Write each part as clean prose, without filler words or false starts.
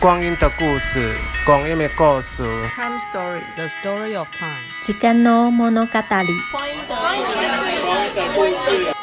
光阴的故事，光阴的故事。 Time story, the story of time. 時間の物語。 光阴的故事。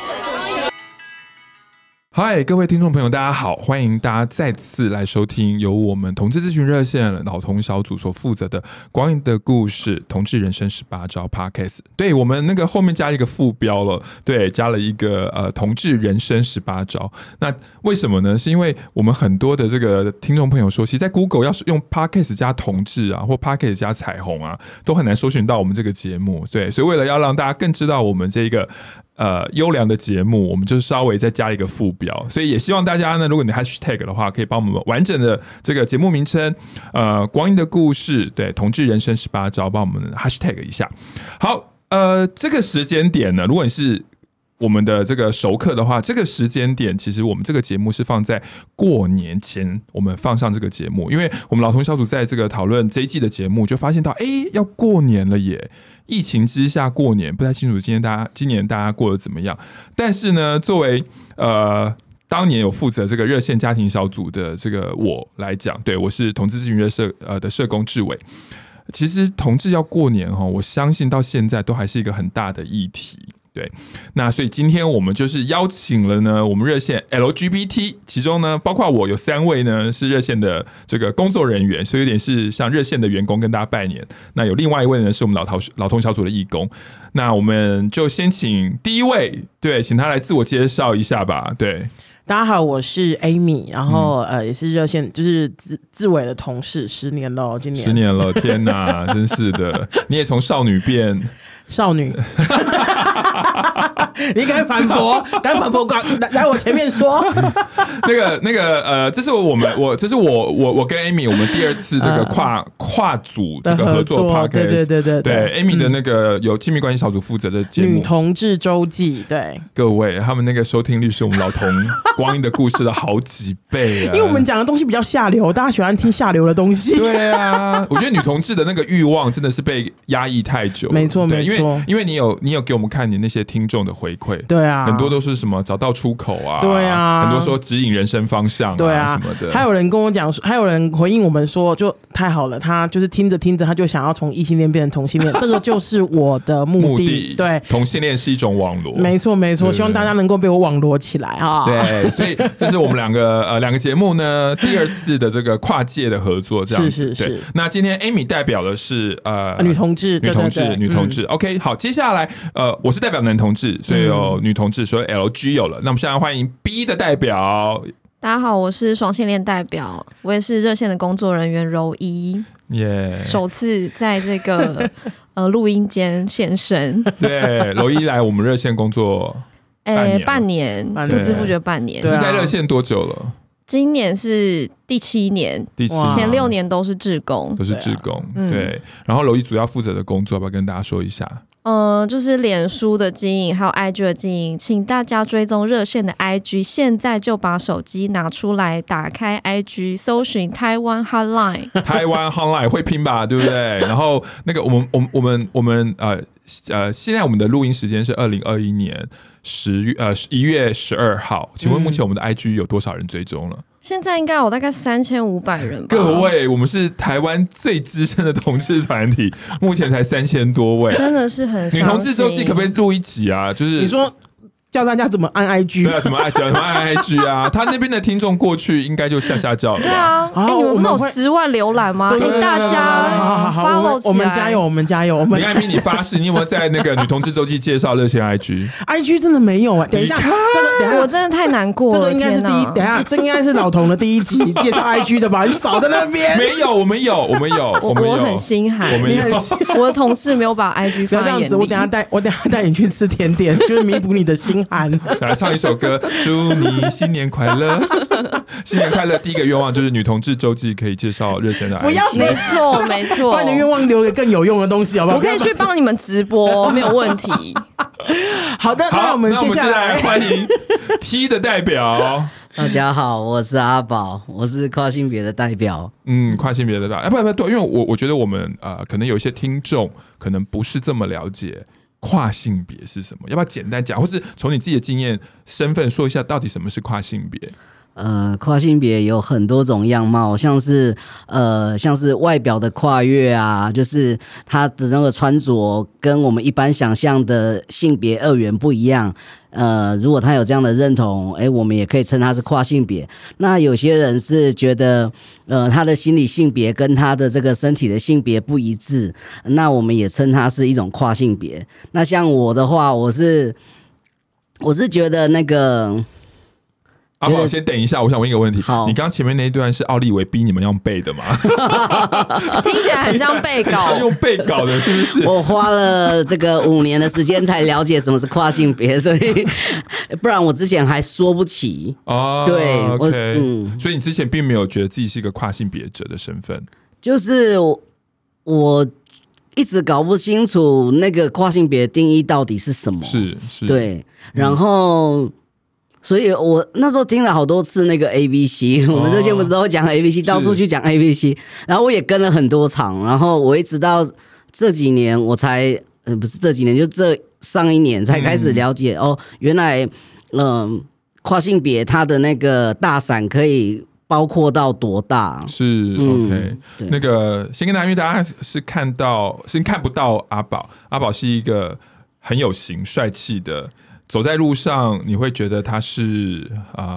嗨，各位听众朋友，大家好，欢迎大家再次来收听由我们同志咨询热线老同小组所负责的《光阴的故事：同志人生18招》Podcast。对，我们那个后面加一个副标了，对，加了一个同志人生18招。那为什么呢？是因为我们很多的这个听众朋友说，其实在 Google 要是用 Podcast 加同志啊，或 Podcast 加彩虹啊，都很难搜寻到我们这个节目。对，所以为了要让大家更知道我们这个优良的节目，我们就是稍微再加一个副标，所以也希望大家呢，如果你 hashtag 的话，可以帮我们完整的这个节目名称，光阴的故事，对，同志人生18招，帮我们 hashtag 一下。好，这个时间点呢，如果你是我们的这个熟客的话，这个时间点其实我们这个节目是放在过年前我们放上这个节目，因为我们老同小组在这个讨论这一季的节目，就发现到要过年了耶。疫情之下过年，不太清楚今年大家过得怎么样。但是呢，作为当年有负责这个热线家庭小组的这个我来讲，对，我是同志咨询热社的社工志伟。其实同志要过年我相信到现在都还是一个很大的议题。对，那所以今天我们就是邀请了呢，我们热线 LGBT， 其中呢包括我有3位呢是热线的这个工作人员，所以有点是像热线的员工跟大家拜年。那有另外一位呢是我们老同小组的义工。那我们就先请第一位，对，请他来自我介绍一下吧。对。 大家好，我是 Amy， 然后也是热线，就是志伟的同事，10年了，今年10 年了，天哪，真是的，你也从少女变少女，你敢反驳？来我前面说。 这是我跟 Amy 我们第2次这个跨组这个合作 Podcast， 对 Amy 的那个有亲密关系小组负责的节目《 女同志周记》，对各位，他们那个收听率是我们老同光阴的故事的好几倍啊！ 因为我们讲的东西比较下流，大家喜欢听下流的东西。 对啊，我觉得女同志的那个欲望真的是被压抑太久了。 没错，没错， 因为你有给我们看你那些听众的回馈， 对啊， 很多都是什么找到出口啊， 对啊， 很多说指引人生方向啊， 对啊什么的。 还有人跟我讲，还有人回应我们说，就太好了，他就是听着听着，他就想要从异性恋变成同性恋，这个就是我的目的。对， 同性恋是一种网罗， 没错没错，希望大家能够被我网罗起来啊。 对，所以这是我们两个节目呢第2次的这个跨界的合作，这样子。是。那今天 Amy 代表的是女同志。 OK， 好，接下来我是代表男同志，所以有女同志，所以 LG 有了。那我们现在欢迎 B 的代表。 大家好，我是双性恋代表，我也是热线的工作人员柔一。首次在这个录音间现身。 对，柔一来我们热线工作半年，不知不觉半年。 是在热线多久了？ 今年是第7年，前6年都是志工， 对。然后柔一主要负责的工作，要不要跟大家说一下？ 就是脸书的经营，还有 IG 的经营，请大家追踪热线的 IG， 现在就把手机拿出来，打开 IG， 搜寻台湾 Hotline， 台湾 Hotline 会拼吧，对不对？然后那个我们现在我们的录音时间是2021年1月12号，请问目前我们的 IG 有多少人追踪了？ 现在应该有大概3500人吧。 各位，我们是台湾最资深的同志团体，目前才3000多位， 真的是很伤心。 女同志周记可不可以录一集啊？就是你说教大家怎么按 IG， 对啊，怎么按 IG 啊？他那边的听众过去应该就下叫了。 对啊，你们不是有10万浏览吗？大家 follow 起来， 我们加油，我们加油！ 你看，你发誓，你有没有在那个女同志周记介绍热线 IG 真的没有等一下， 我真的太难过了。 这个应该是等一下，这应该是老同的第1集介绍 IG 的吧？你少在那边。 没有，我们有， 我很心寒。我的同事没有把 IG 放在眼里。 不要这样子，我等一下带你去吃甜点，就是弥补你的心寒。 来唱一首歌，祝你新年快乐！新年快乐！第一个愿望就是女同志周记可以介绍热线的 IG。 不要， 没错， 把你的愿望留给更有用的东西，好不好？ 我可以去帮你们直播，没有问题。 好的，那我们接下来欢迎 T 的代表。 大家好，我是阿宝，我是跨性别的代表。 跨性别的代表，不，因为我觉得我们可能有一些听众可能不是这么了解跨性别是什么，要不要简单讲，或是从你自己的经验身份说一下到底什么是跨性别？ 跨性别有很多种样貌，像是外表的跨越啊，就是他的那个穿着跟我们一般想象的性别二元不一样。如果他有这样的认同，我们也可以称他是跨性别。那有些人是觉得，他的心理性别跟他的这个身体的性别不一致，那我们也称他是一种跨性别。那像我的话，我是觉得那个。 阿宝，先等一下，我想问一个问题。 好， 你刚刚前面那一段是奥利维逼你们用背的吗？ 听起来很像背稿， 用背稿的，是不是？ 我花了这个5年的时间才了解什么是跨性别，所以不然我之前还说不起。 哦， 对 ，OK，所以你之前并没有觉得自己是一个跨性别者的身份， 就是我一直搞不清楚那个跨性别的定义到底是什么。 是， 对，然后。所以我那时候听了好多次那个 ABC， 我们这些不是都讲 ABC， 到处去讲 ABC， 然后我也跟了很多场，然后我一直到这几年我才不是这几年，就这上一年才开始了解原来跨性别它的那个大伞可以包括到多大？ 是 OK，那个先跟大家，因为大家是看不到阿宝，阿宝是一个很有型、帅气的。走在路上，你会觉得他是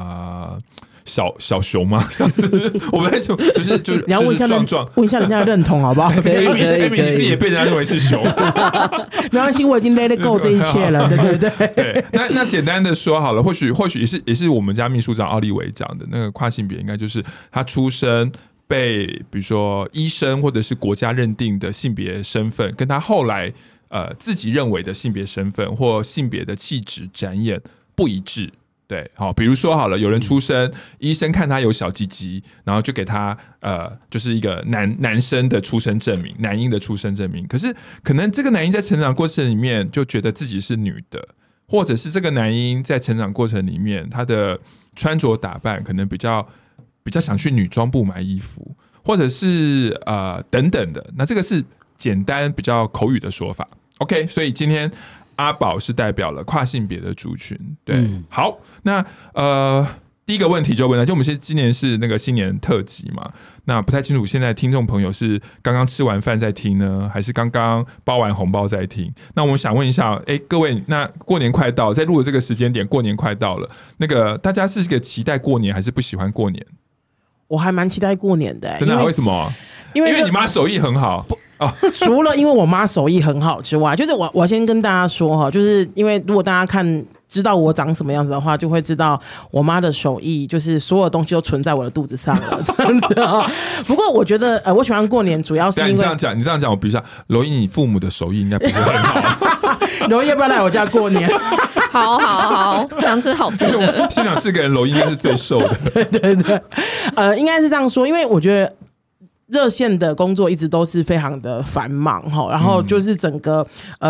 小熊吗？像是我们在说，就是你要问一下问一下人家的认同好不好？ 可以， 你自己也被人家认为是熊， 没关系，我已经 let go 这一切了，对。 那简单的说好了，或许也是我们家秘书长奥利维讲的那个跨性别，应该就是他出生被比如说医生或者是国家认定的性别身份，跟他后来。自己认为的性别身份或性别的气质展演不一致，对，好，比如说好了，有人出生，医生看他有小鸡鸡，然后就给他就是一个男生的出生证明，男婴的出生证明，可是可能这个男婴在成长过程里面就觉得自己是女的，或者是这个男婴在成长过程里面他的穿着打扮可能比较想去女装部买衣服，或者是等等的，那这个是简单比较口语的说法。OK， 所以今天阿宝是代表了跨性别的族群，对，好，那第一个问题就问了，就我们今年是那个新年特辑嘛，那不太清楚现在听众朋友是刚刚吃完饭在听呢，还是刚刚包完红包在听？那我们想问一下，各位，那过年快到，在录的这个时间点，过年快到了，那个大家是个期待过年，还是不喜欢过年？ 我还蛮期待过年的， 真的为什么？因为你妈手艺很好。 除了因为我妈手艺很好之外，就是我先跟大家说哈，就是因为如果大家知道我长什么样子的话，就会知道我妈的手艺就是所有东西都存在我的肚子上了这样子不过我觉得我喜欢过年，主要是因为你这样讲，我比如说柔一，你父母的手艺应该不是很好。 柔一要不要来我家过年？ 好，想吃好吃的。 现场4个人，柔一应该是最瘦的。 对，应该是这样说，因为我觉得。热线的工作一直都是非常的繁忙然后就是整个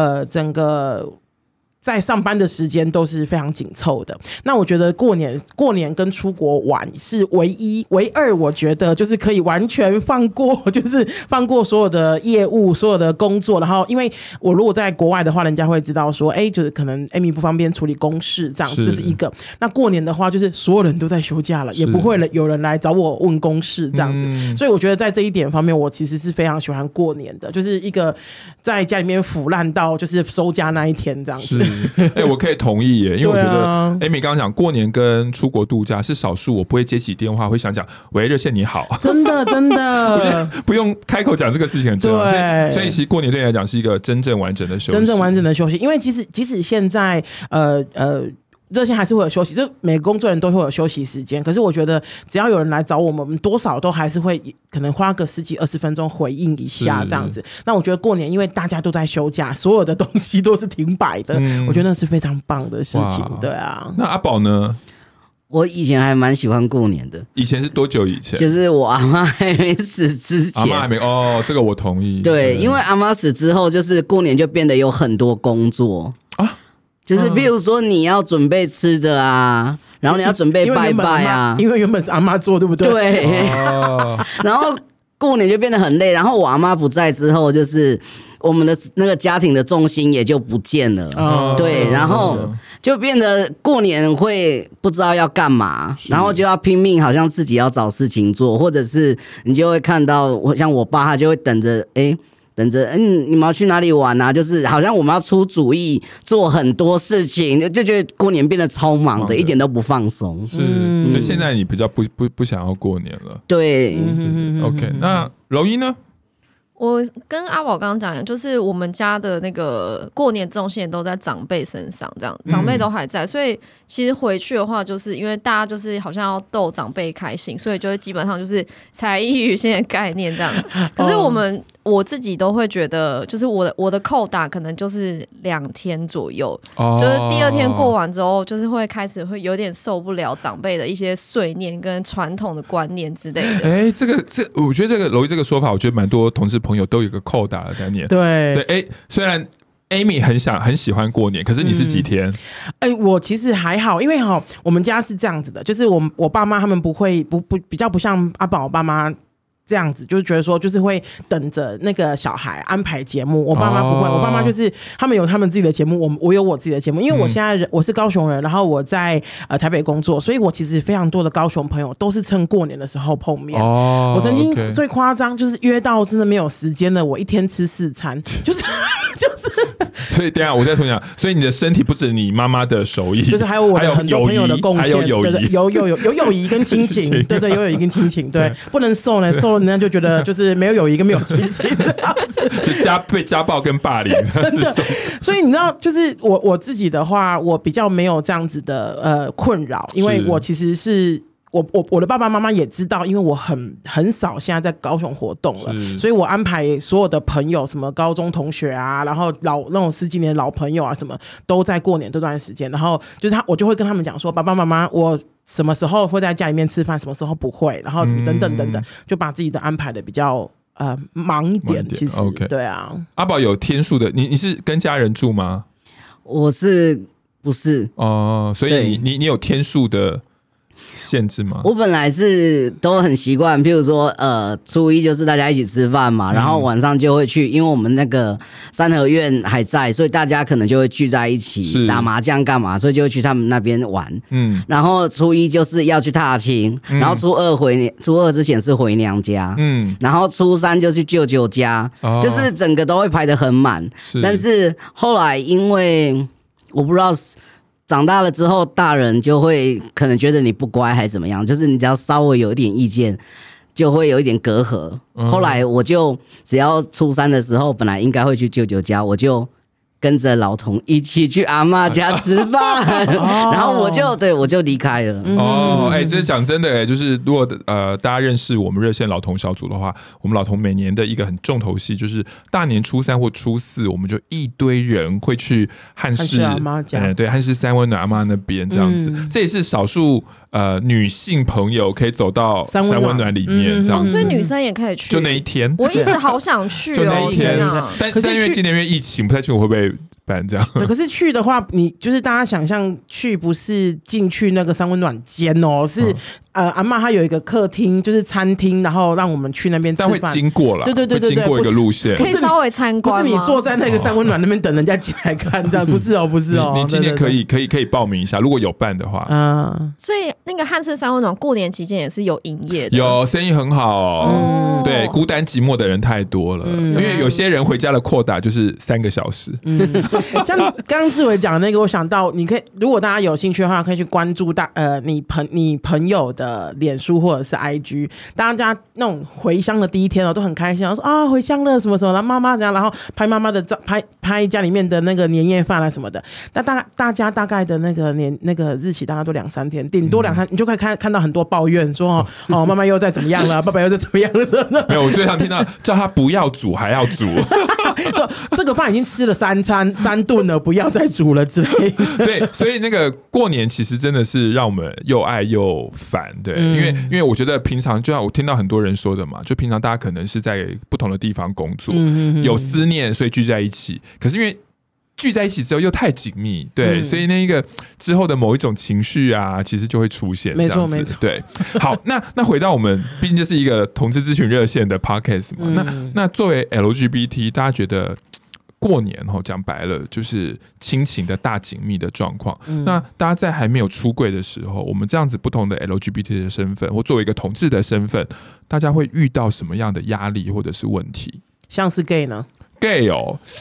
在上班的时间都是非常紧凑的。那我觉得过年跟出国玩是唯二，我觉得就是可以完全放过，就是放过所有的业务、所有的工作。然后，因为我如果在国外的话，人家会知道说，就是可能 Amy 不方便处理公事这样，这是一个。那过年的话，就是所有人都在休假了，也不会有人来找我问公事这样子。所以我觉得在这一点方面，我其实是非常喜欢过年的，就是一个在家里面腐烂到就是收假那一天这样子。 我可以同意耶，因为我觉得 Amy 刚刚讲过年跟出国度假是少数我不会接起电话会想讲喂热线你好，真的不用开口讲这个事情很重要，所以其实过年对你来讲是一个真正完整的休息， 因为即使现在热线还是会有休息，就每个工作人都会有休息时间。可是我觉得，只要有人来找我们，多少都还是会可能花个10几20分钟回应一下这样子。那我觉得过年，因为大家都在休假，所有的东西都是停摆的，我觉得那是非常棒的事情。对啊， 那阿宝呢？ 我以前还蛮喜欢过年的。 以前是多久以前？ 就是我阿妈还没死之前。 阿妈还没这个我同意。 对，因为阿妈死之后，就是过年就变得有很多工作啊。就是比如说你要准备吃的啊，然后你要准备拜拜啊， 因为原本是阿妈做，对不对？ 对。然后过年就变得很累，然后我阿妈不在之后，就是我们的那个家庭的重心也就不见了。对，然后就变得过年会不知道要干嘛，然后就要拼命，好像自己要找事情做，或者是你就会看到，像我爸他就会等着，你们要去哪里玩啊？就是好像我们要出主意做很多事情，就觉得过年变得超忙的，一点都不放松。 是，所以现在你比较不想要过年了。 对 ，OK， 那柔一呢？ 我跟阿宝刚刚讲的，就是我们家的那个过年重心都在长辈身上，这样长辈都还在，所以其实回去的话，就是因为大家就是好像要逗长辈开心，所以就会基本上就是才艺娱现的概念这样。可是我自己都会觉得，就是我的扣打可能就是2天左右，就是第2天过完之后，就是会开始会有点受不了长辈的一些碎念跟传统的观念之类的。 我觉得这个柔一这个说法，我觉得蛮多同事朋友都有一个扣打的概念。 对， 虽然 Amy 很喜欢过年，可是你是几天？ 我其实还好，因为我们家是这样子的，就是我爸妈他们比较不像阿宝爸妈这样子，就是觉得说就是会等着那个小孩安排节目。我爸妈不会，我爸妈就是他们有他们自己的节目，我有我自己的节目。因为我现在我是高雄人，然后我在台北工作，所以我其实非常多的高雄朋友都是趁过年的时候碰面。我曾经最夸张就是约到真的没有时间了，我一天吃4餐，就是。 所以等一下我再重讲，所以你的身体不止你妈妈的手艺， 就是还有我的很多朋友的贡献， 还有友谊， 有友谊跟亲情，对，有友谊跟亲情，对，不能瘦了人家就觉得就是没有友谊跟没有亲情， 是被家暴跟霸凌，真的。 所以你知道，就是我自己的话，我比较没有这样子的困扰，因为我其实是。我的爸爸妈妈也知道，因为我很少现在在高雄活动了，所以我安排所有的朋友，什么高中同学啊，然后那种10几年老朋友啊，什么都在过年这段时间，然后就是我就会跟他们讲说，爸爸妈妈，我什么时候会在家里面吃饭，什么时候不会，然后等等，就把自己的安排的比较忙一点。其实 OK， 对啊。 阿宝有天数的，你是跟家人住吗？ 我是不是？ 所以你有天数的限制吗？ 我本来是都很习惯，譬如说初一就是大家一起吃饭嘛，然后晚上就会去，因为我们那个三合院还在，所以大家可能就会聚在一起打麻将干嘛，所以就会去他们那边玩。然后初一就是要去踏青，然后初二之前是回娘家，然后初3就去舅舅家，就是整个都会排得很满。但是后来因为我不知道。长大了之后，大人就会可能觉得你不乖还怎么样，就是你只要稍微有一点意见，就会有一点隔阂。后来我就只要初3的时候，本来应该会去舅舅家，我就跟着老童一起去阿嬷家吃饭，然后我就离开了。 这讲真的，就是如果大家认识我们热线老童小组的话，我们老童每年的一个很重头戏就是大年初3或初4，我们就一堆人会去汉室阿嬷家， 对，汉室三温暖阿嬷那边这样子，这也是少数女性朋友可以走到三温暖里面这样子， 所以女生也可以去， 就那一天， 我一直好想去就那一天，但因为今年因为疫情，不太清楚会不会办这样。 对，可是去的话，你就是大家想象去不是进去那个三温暖间哦，是阿嬷她有一个客厅，就是餐厅，然后让我们去那边吃饭， 但会经过啦， 对， 会经过一个路线， 可以稍微参观吗？ 不是你坐在那个三温暖那边等人家进来看，这样不是哦，不是哦。 你今年可以报名一下，如果有办的话。 所以那个汉室三温暖过年期间也是有营业的， 有生意很好。对，孤单寂寞的人太多了，因为有些人回家的扩打就是3个小时。 像刚刚志伟讲的那个，我想到你可以，如果大家有兴趣的话，可以去关注你朋友的脸书或者是 IG， 大家那种回乡的第一天都很开心，说啊回乡了什么什么，然后妈妈怎样，然后拍妈妈的照，拍家里面的那个年夜饭啊什么的。但大家大概的那个日期大概都2-3天，顶多2-3，你就可以看到很多抱怨说妈妈又在怎么样了，爸爸又在怎么样了，真的。 没有，我最常听到叫他不要煮还要煮， 说这个饭已经吃了3顿了，不要再煮了之类的。 对，所以那个过年其实真的是让我们又爱又烦，对，因为我觉得平常就像我听到很多人说的嘛，就平常大家可能是在不同的地方工作，有思念，所以聚在一起，可是因为聚在一起之后又太紧密，对，所以那个之后的某一种情绪啊，其实就会出现， 没错没错， 对。好，那回到我们，毕竟这是一个同志咨询热线的 podcast 嘛，那作为 LGBT， 大家觉得过年讲白了就是亲情的大紧密的状况。那大家在还没有出柜的时候，我们这样子不同的 LGBT 的身份，或作为一个同志的身份，大家会遇到什么样的压力或者是问题？ 像是 gay 呢 ？gay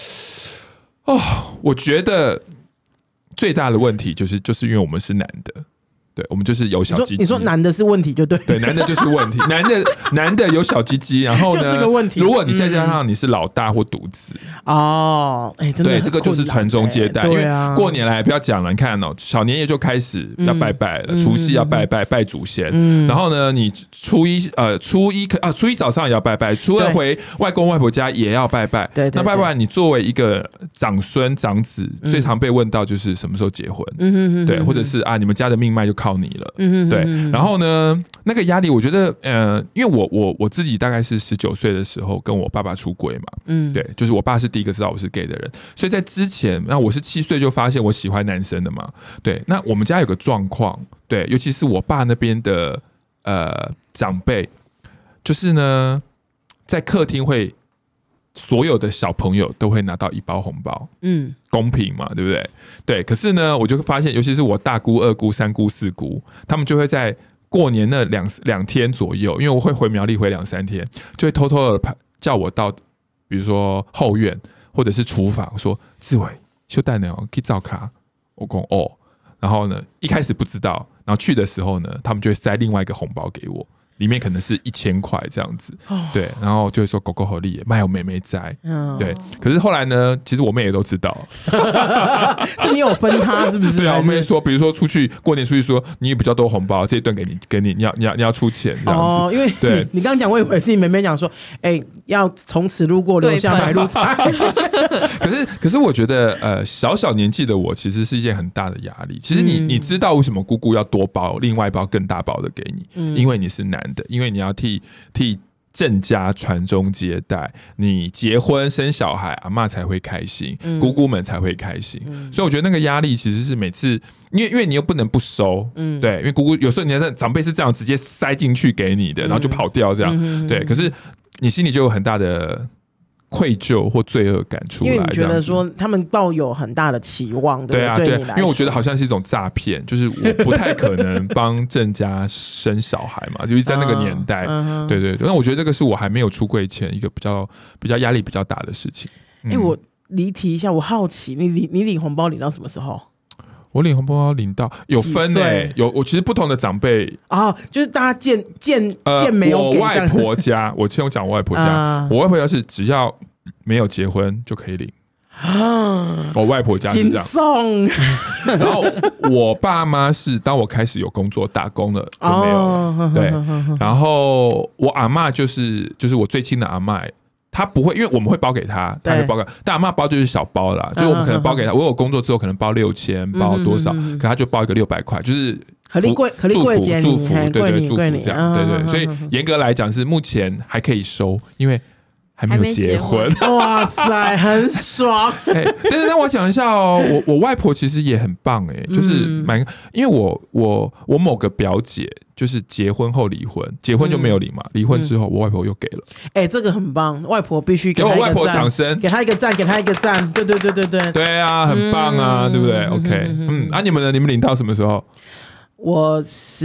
我觉得最大的问题就是因为我们是男的。对，我们就是有小鸡鸡。 你说男的是问题就对， 对，男的就是问题，男的有小鸡鸡，然后呢， 就是个问题。 如果你再加上你是老大或独子， 真的对，这个就是传宗接代。因为过年来不要讲了，你看小年夜就开始要拜拜了，除夕要拜祖先，然后呢，你初一早上也要拜拜，初二回外公外婆家也要拜拜。 对， 那拜拜，你作为一个长孙长子，最常被问到就是什么时候结婚，对，或者是你们家的命脉就靠你了，对。然后呢，那个压力，我觉得，因为我自己大概是19岁的时候跟我爸爸出柜嘛，对，就是我爸是第一个知道我是 gay 的人，所以在之前，那我是7岁就发现我喜欢男生的嘛，对。那我们家有个状况，对，尤其是我爸那边的长辈，就是呢，在客厅会。所有的小朋友都会拿到1包红包，公平嘛，对不对？对，可是呢，我就发现，尤其是我大姑、二姑、三姑、四姑，他们就会在过年那两天左右，因为我会回苗栗回2-3天，就会偷偷的叫我到，比如说后院或者是厨房，说志伟，修蛋呢，可以照卡，我讲哦，然后呢，一开始不知道，然后去的时候呢，他们就会塞另外一个红包给我。里面可能是1000块这样子，对，然后就会说狗狗合力，卖有妹妹在，对。可是后来呢，其实我妹也都知道， 是你有分她是不是？ 对啊，我妹说，比如说过年出去说，你有比较多红包，这一顿给你，你要出钱这样子。因为对你刚刚讲，我以为是你妹妹讲说，要从此路过留下买路财。 可是我觉得小年纪的我其实是一件很大的压力。其实你知道为什么姑姑要多包另外一包更大包的给你，因为你是男的，因为你要替郑家传宗接代，你结婚生小孩，阿嬷才会开心，姑姑们才会开心。所以我觉得那个压力其实是每次，因为你又不能不收，对，因为姑姑有时候你的长辈是这样直接塞进去给你的，然后就跑掉这样，对。可是你心里就有很大的愧疚或罪恶感出来， 因为你觉得说他们抱有很大的期望，对不对？对你来说， 因为我觉得好像是一种诈骗，就是我不太可能帮郑家生小孩嘛，就是在那个年代，对对对。那我觉得这个是我还没有出柜前一个比较压力比较大的事情。 我离题一下，我好奇你领红包领到什么时候？ 我领红包领到有分我其实不同的长辈就是大家见没有给。 我外婆家，我先讲我外婆家，我外婆家是只要没有结婚就可以领。我外婆家是这样，然后我爸妈是当我开始有工作打工了就没有对，然后我阿嬷就是我最亲的阿嬷。他不会，因为我们会包给他，他会包给，但阿嬷包就是小包啦，就是我们可能包给他，我有工作之后可能包6000，包多少，可他就包一个600块，就是祝福， 对，祝福这样，对，所以严格来讲是目前还可以收，因为还没有结婚。 哇塞，很爽。 但是让我讲一下我外婆其实也很棒就是因为我某个表姐就是结婚后离婚，结婚就没有领嘛，离婚之后我外婆又给了。 这个很棒，外婆必须给我外婆掌声， 给她一个赞，给她一个赞。对。 对啊，很棒啊，对不对 ？OK， 你们呢？你们领到什么时候？ 我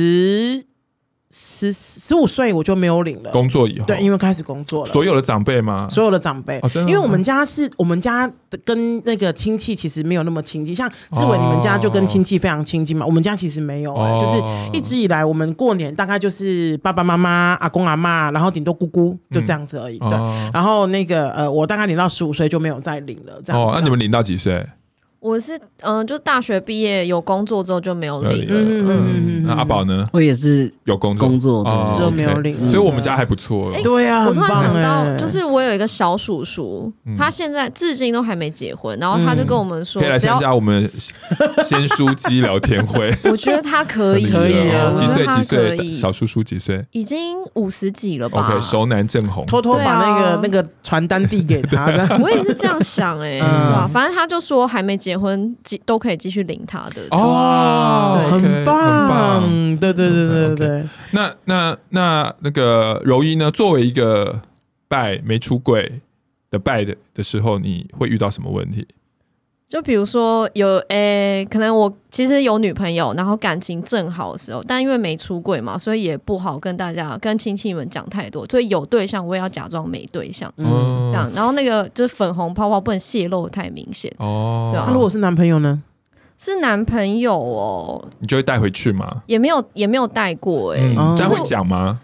15岁我就没有领了， 工作以后， 对，因为开始工作了。 所有的长辈吗？ 所有的长辈， 真的吗？ 因为我们家跟那个亲戚其实没有那么亲近，像志伟你们家就跟亲戚非常亲近嘛，我们家其实没有，就是一直以来我们过年大概就是爸爸妈妈、阿公阿嬷，然后顶多姑姑就这样子而已。对，然后那个我大概领到15岁就没有再领了，这样子。 那你们领到几岁？ 我是就大学毕业有工作之后就没有领了。 那阿宝呢？ 我也是有工作就没有领了， 所以我们家还不错。 对啊， 我突然想到，就是我有一个小叔叔，他现在至今都还没结婚，然后他就跟我们说， 可以来参加我们鲜蔬鸡聊天会。 我觉得他可以啊， 几岁？小叔叔几岁？ 已经50几了吧 ？OK， 熟男正红， 偷偷把那个传单递给他。 我也是这样想对吧？反正他就说还没结婚都可以继续领他的很棒，对。 那个柔一呢？作为一个没出柜， 的拜的时候，你会遇到什么问题？ 就比如说可能我其实有女朋友，然后感情正好的时候，但因为没出柜嘛，所以也不好跟亲戚们讲太多，所以有对象我也要假装没对象，这样。然后那个就是粉红泡泡不能泄露太明显哦。对啊， 如果是男朋友呢？ 是男朋友哦， 你就会带回去吗？ 也没有带过这样会讲吗？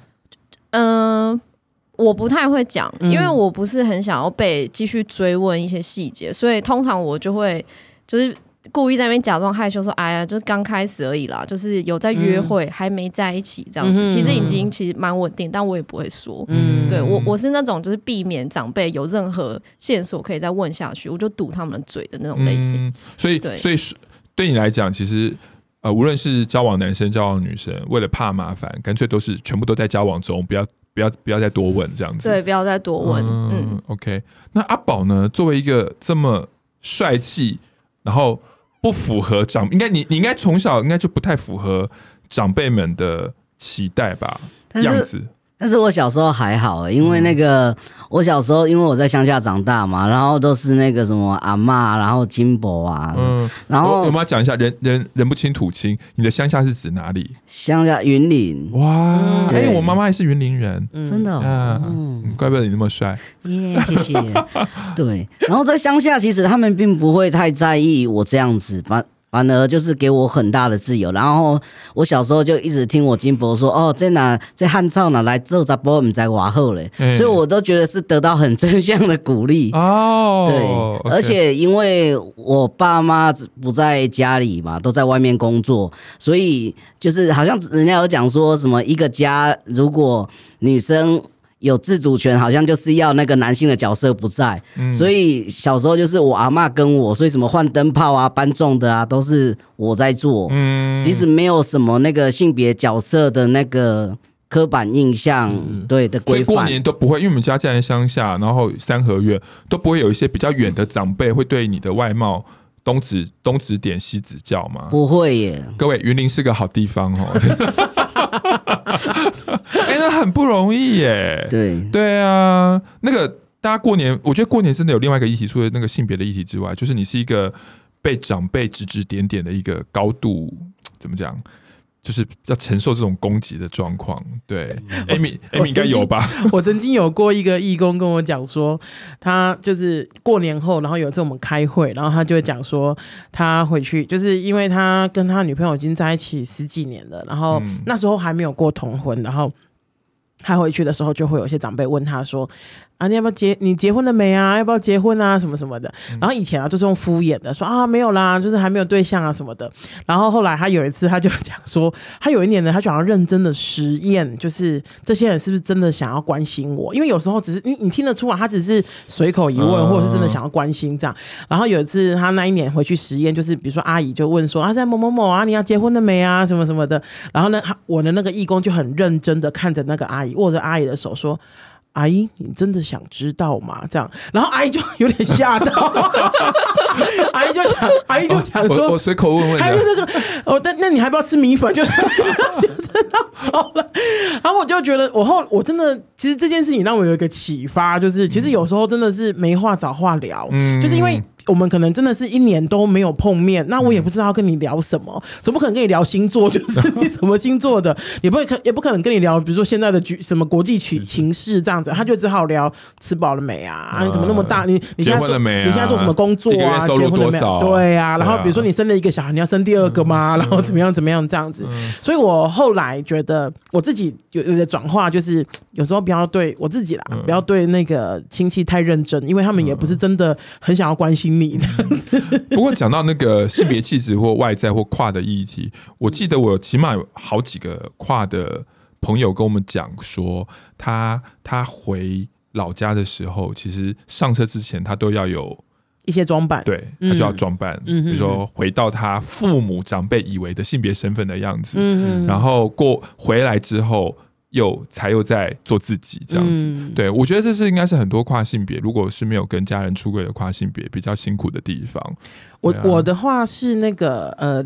我不太会讲，因为我不是很想要被继续追问一些细节，所以通常我就会就是故意在那边假装害羞说，哎呀，就是刚开始而已啦，就是有在约会，还没在一起这样子。其实蛮稳定，但我也不会说。对我是那种就是避免长辈有任何线索可以再问下去，我就堵他们的嘴的那种类型。 所以对你来讲，其实无论是交往男生交往女生，为了怕麻烦，干脆都是全部都在交往中，不要再多问这样子。 对，不要再多问。 OK。那阿宝呢？作为一个这么帅气，然后不符合你应该从小应该就不太符合长辈们的期待吧？样子。 但是我小时候还好，因为那个我小时候因为我在乡下长大嘛，然后都是那个什么阿嬷，然后金伯啊，然后我们要讲一下人不亲土亲，你的乡下是指哪里？ 乡下云林。 哇，我妈妈也是云林人， 真的怪不得你那么帅。 耶，谢谢。对，然后在乡下其实他们并不会太在意我这样子，反而就是给我很大的自由，然后我小时候就一直听我金伯说，这汉草哪来做查甫不知偌好嘞，所以我都觉得是得到很正向的鼓励哦。对， okay. 而且因为我爸妈不在家里嘛，都在外面工作，所以就是好像人家有讲说什么一个家如果女生有自主权，好像就是要那个男性的角色不在，所以小时候就是我阿嬷跟我，所以什么换灯泡啊、搬重的啊，都是我在做。其实没有什么那个性别角色的那个刻板印象，对的规范。 所以过年都不会，因为我们家在乡下，然后三合院都不会有一些比较远的长辈会对你的外貌东指点西指教吗？ 不会耶。 各位，云林是个好地方哦。那很不容易耶。对啊，那个大家过年，我觉得过年真的有另外一个议题，除了那个性别的议题之外，就是你是一个被长辈指指点点的一个高度，怎么讲？就是要承受这种攻击的状况。对 ，Amy 应该有吧？ 我曾经有过一个义工跟我讲说，他就是过年后，然后有一次我们开会，然后他就会讲说，他回去就是因为他跟他女朋友已经在一起10几年了，然后那时候还没有过同婚，然后他回去的时候就会有一些长辈问他说，啊，你要不要你结婚了没啊？要不要结婚啊？什么什么的。然后以前就是用敷衍的说啊，没有啦，就是还没有对象啊什么的。然后后来他有一次他就讲说，他有一年呢，他想要认真的实验，就是这些人是不是真的想要关心我？因为有时候只是你听得出来，他只是随口一问，或者是真的想要关心这样。然后有一次他那一年回去实验，就是比如说阿姨就问说，啊，在某某某啊，你要结婚了没啊？什么什么的。然后呢，我的那个义工就很认真的看着那个阿姨，握着阿姨的手说，阿姨，你真的想知道吗？这样，然后阿姨就有点吓到，阿姨就想说， 我随口问问， 阿姨就这个，那你还不要吃米粉？就这样走了。然后我就觉得，我真的，其实这件事情让我有一个启发，就是其实有时候真的是没话找话聊，就是因为我们可能真的是1年都没有碰面，那我也不知道要跟你聊什么，总不可能跟你聊星座，就是你什么星座的，也不可能跟你聊，比如说现在的什么国际情势这样子，他就只好聊吃饱了没啊，你怎么那么大，你结婚了没啊？ 你现在做什么工作啊？ 收入多少？ 对啊，然后比如说你生了一个小孩，你要生第2个吗？然后怎么样这样子，所以我后来觉得我自己有点转化，就是有时候不要对我自己啦，不要对那个亲戚太认真，因为他们也不是真的很想要关心你的。 不过讲到那个性别气质或外在或跨的议题，我记得我起码有好几个跨的朋友跟我们讲说，他回老家的时候，其实上车之前他都要有一些装扮， 对，他就要装扮，比如说回到他父母长辈以为的性别身份的样子，然后回来之后又在做自己这样子，对，我觉得这是应该是很多跨性别，如果是没有跟家人出柜的跨性别比较辛苦的地方。 我的话是那个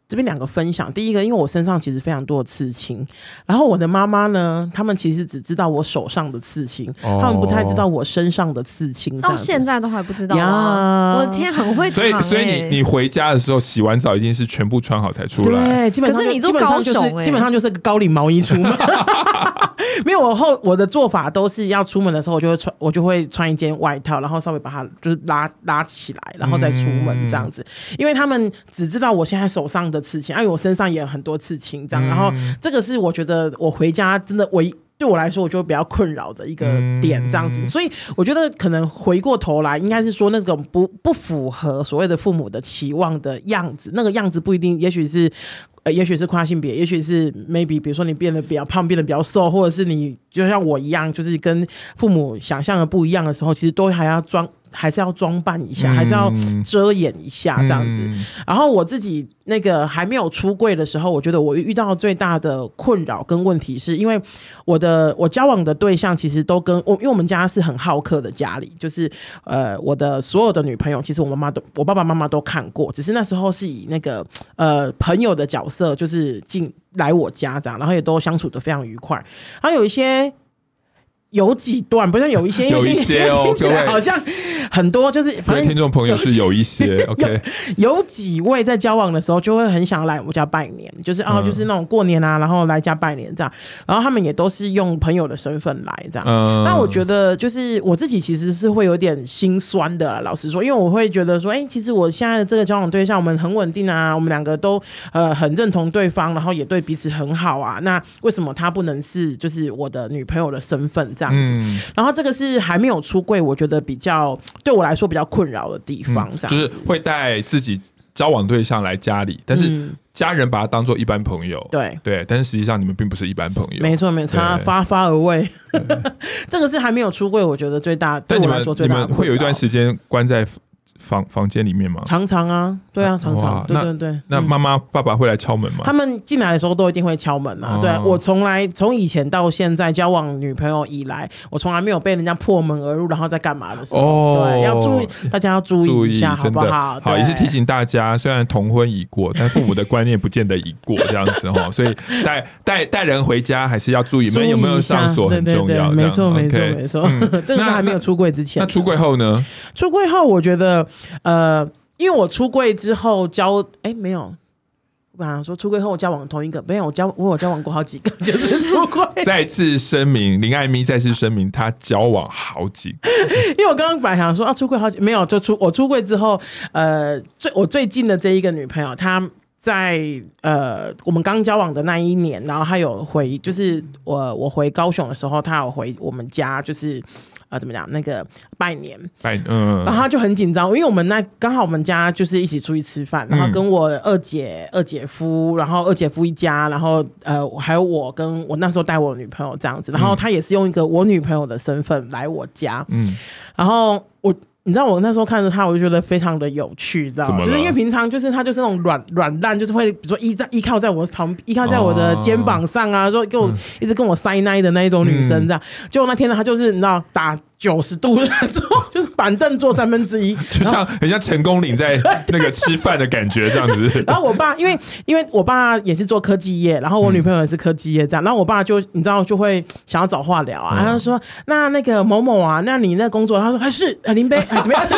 这边2个分享。第一个，因为我身上其实非常多的刺青，然后我的妈妈呢，他们其实只知道我手上的刺青，他们不太知道我身上的刺青。 到现在都还不知道吗？我的天，很会藏所以你回家的时候洗完澡一定是全部穿好才出来。对，基本上可是你住高雄基本上就是个高领毛衣出门。没有，我的做法都是要出门的时候，我就会穿一件外套，然后稍微把它就是拉起来，然后再出门这样子。因为他们只知道我现在手上的刺青，因为我身上也有很多刺青这样。然后这个是我觉得我回家真的对我来说，我就比较困扰的一个点，这样子。所以我觉得可能回过头来，应该是说那种不符合所谓的父母的期望的样子，那个样子不一定，也许是跨性别，也许是 maybe 比如说你变得比较胖，变得比较瘦，或者是你就像我一样，就是跟父母想象的不一样的时候，其实都还是要装扮一下，还是要遮掩一下这样子。然后我自己那个还没有出柜的时候，我觉得我遇到最大的困扰跟问题是因为我交往的对象其实都因为我们家是很好客的家里，就是我的所有的女朋友，其实我爸爸妈妈都看过，只是那时候是以那个朋友的角色，就是来我家这样，然后也都相处得非常愉快。然后有几段，不是有一些哦，各位好像很多，就是反正听众朋友是有一些 OK， 有几位在交往的时候就会很想来我家拜年，就是就是那种过年啊，然后来家拜年这样，然后他们也都是用朋友的身份来这样。那我觉得就是我自己其实是会有点心酸的啦，老实说，因为我会觉得说，其实我现在的这个交往对象，我们很稳定啊，我们2个都很认同对方，然后也对彼此很好啊，那为什么他不能是就是我的女朋友的身份？这样子，然后这个是还没有出柜，我觉得比较对我来说比较困扰的地方，这样子就是会带自己交往对象来家里，但是家人把他当做一般朋友，对，但是实际上你们并不是一般朋友， 没错，发而未，这个是还没有出柜，我觉得最大对我来说最大的困扰。 你们会有一段时间关在房间里面吗？ 常常啊，对啊，常常，对。 那妈妈爸爸会来敲门吗？ 他们进来的时候都一定会敲门啊。对，我从以前到现在交往女朋友以来，我从来没有被人家破门而入，然后在干嘛的时候，对，要注意，大家要注意一下，好不好？ 好，也是提醒大家，虽然同婚已过，但父母的观念不见得已过，这样子哈，所以带人回家还是要注意门有没有上锁很重要。 没错，这个是还没有出柜之前。 那出柜后呢？ 出柜后，我觉得。因为我出柜之后没有，我本来说出柜后交往同一个，没有，我有交往过好几个，就是出柜。 再次声明，林艾咪再次声明，她交往好几个。 因为我刚刚本来想说出柜好几，没有，我出柜之后，我最近的这一个女朋友，她在我们刚交往的那一年，然后她有回，就是我回高雄的时候，她有回我们家，就是怎么讲那个拜年，然后他就很紧张，因为我们刚好我们家就是一起出去吃饭，然后跟我二姐夫，然后二姐夫一家，然后还有我跟我那时候带我女朋友这样子，然后他也是用一个我女朋友的身份来我家，然后你知道我那时候看着他，我就觉得非常的有趣，知道吗？就是因为平常就是他就是那种软烂，就是会比如说依靠在我的肩膀上啊，说一直跟我塞奶的那一种女生这样。结果那天呢，他就是你知道打90度的那种，就是板凳坐1/3， 就像很像成功岭在那个吃饭的感觉这样子。 然后我爸因为我爸也是做科技业，然后我女朋友也是科技业这样，然后我爸就你知道就会想要找话聊啊，他就说那个某某啊，那你那工作，他说还是林杯怎么样？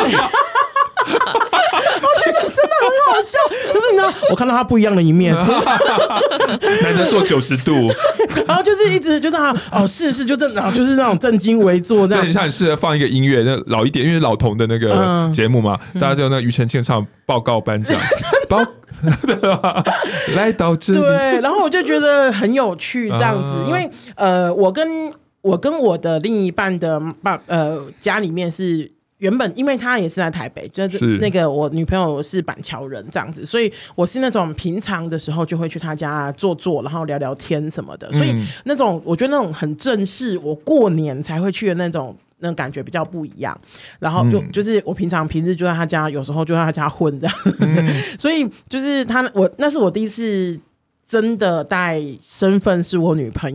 我觉得真的很好笑，就是你知道，我看到他不一样的一面， 男生坐90度， 然后就是一直就是是，就正就是那种正襟危坐这样， 很像很适合放一个音乐，那老一点，因为老童的那个节目嘛，大家就有那庾澄庆唱报告颁奖，来到这里， 对，然后我就觉得很有趣这样子，因为我跟我的另一半的家里面是。原本因为他也是在台北，就是那个我女朋友是板桥人这样子，所以我是那种平常的时候就会去他家坐，然后聊聊天什么的，所以那种我觉得那种很正式，我过年才会去的那种感觉比较不一样。然后就是我平日就在他家，有时候就在他家混这样，所以就是那是我第一次真的带身份是我女朋友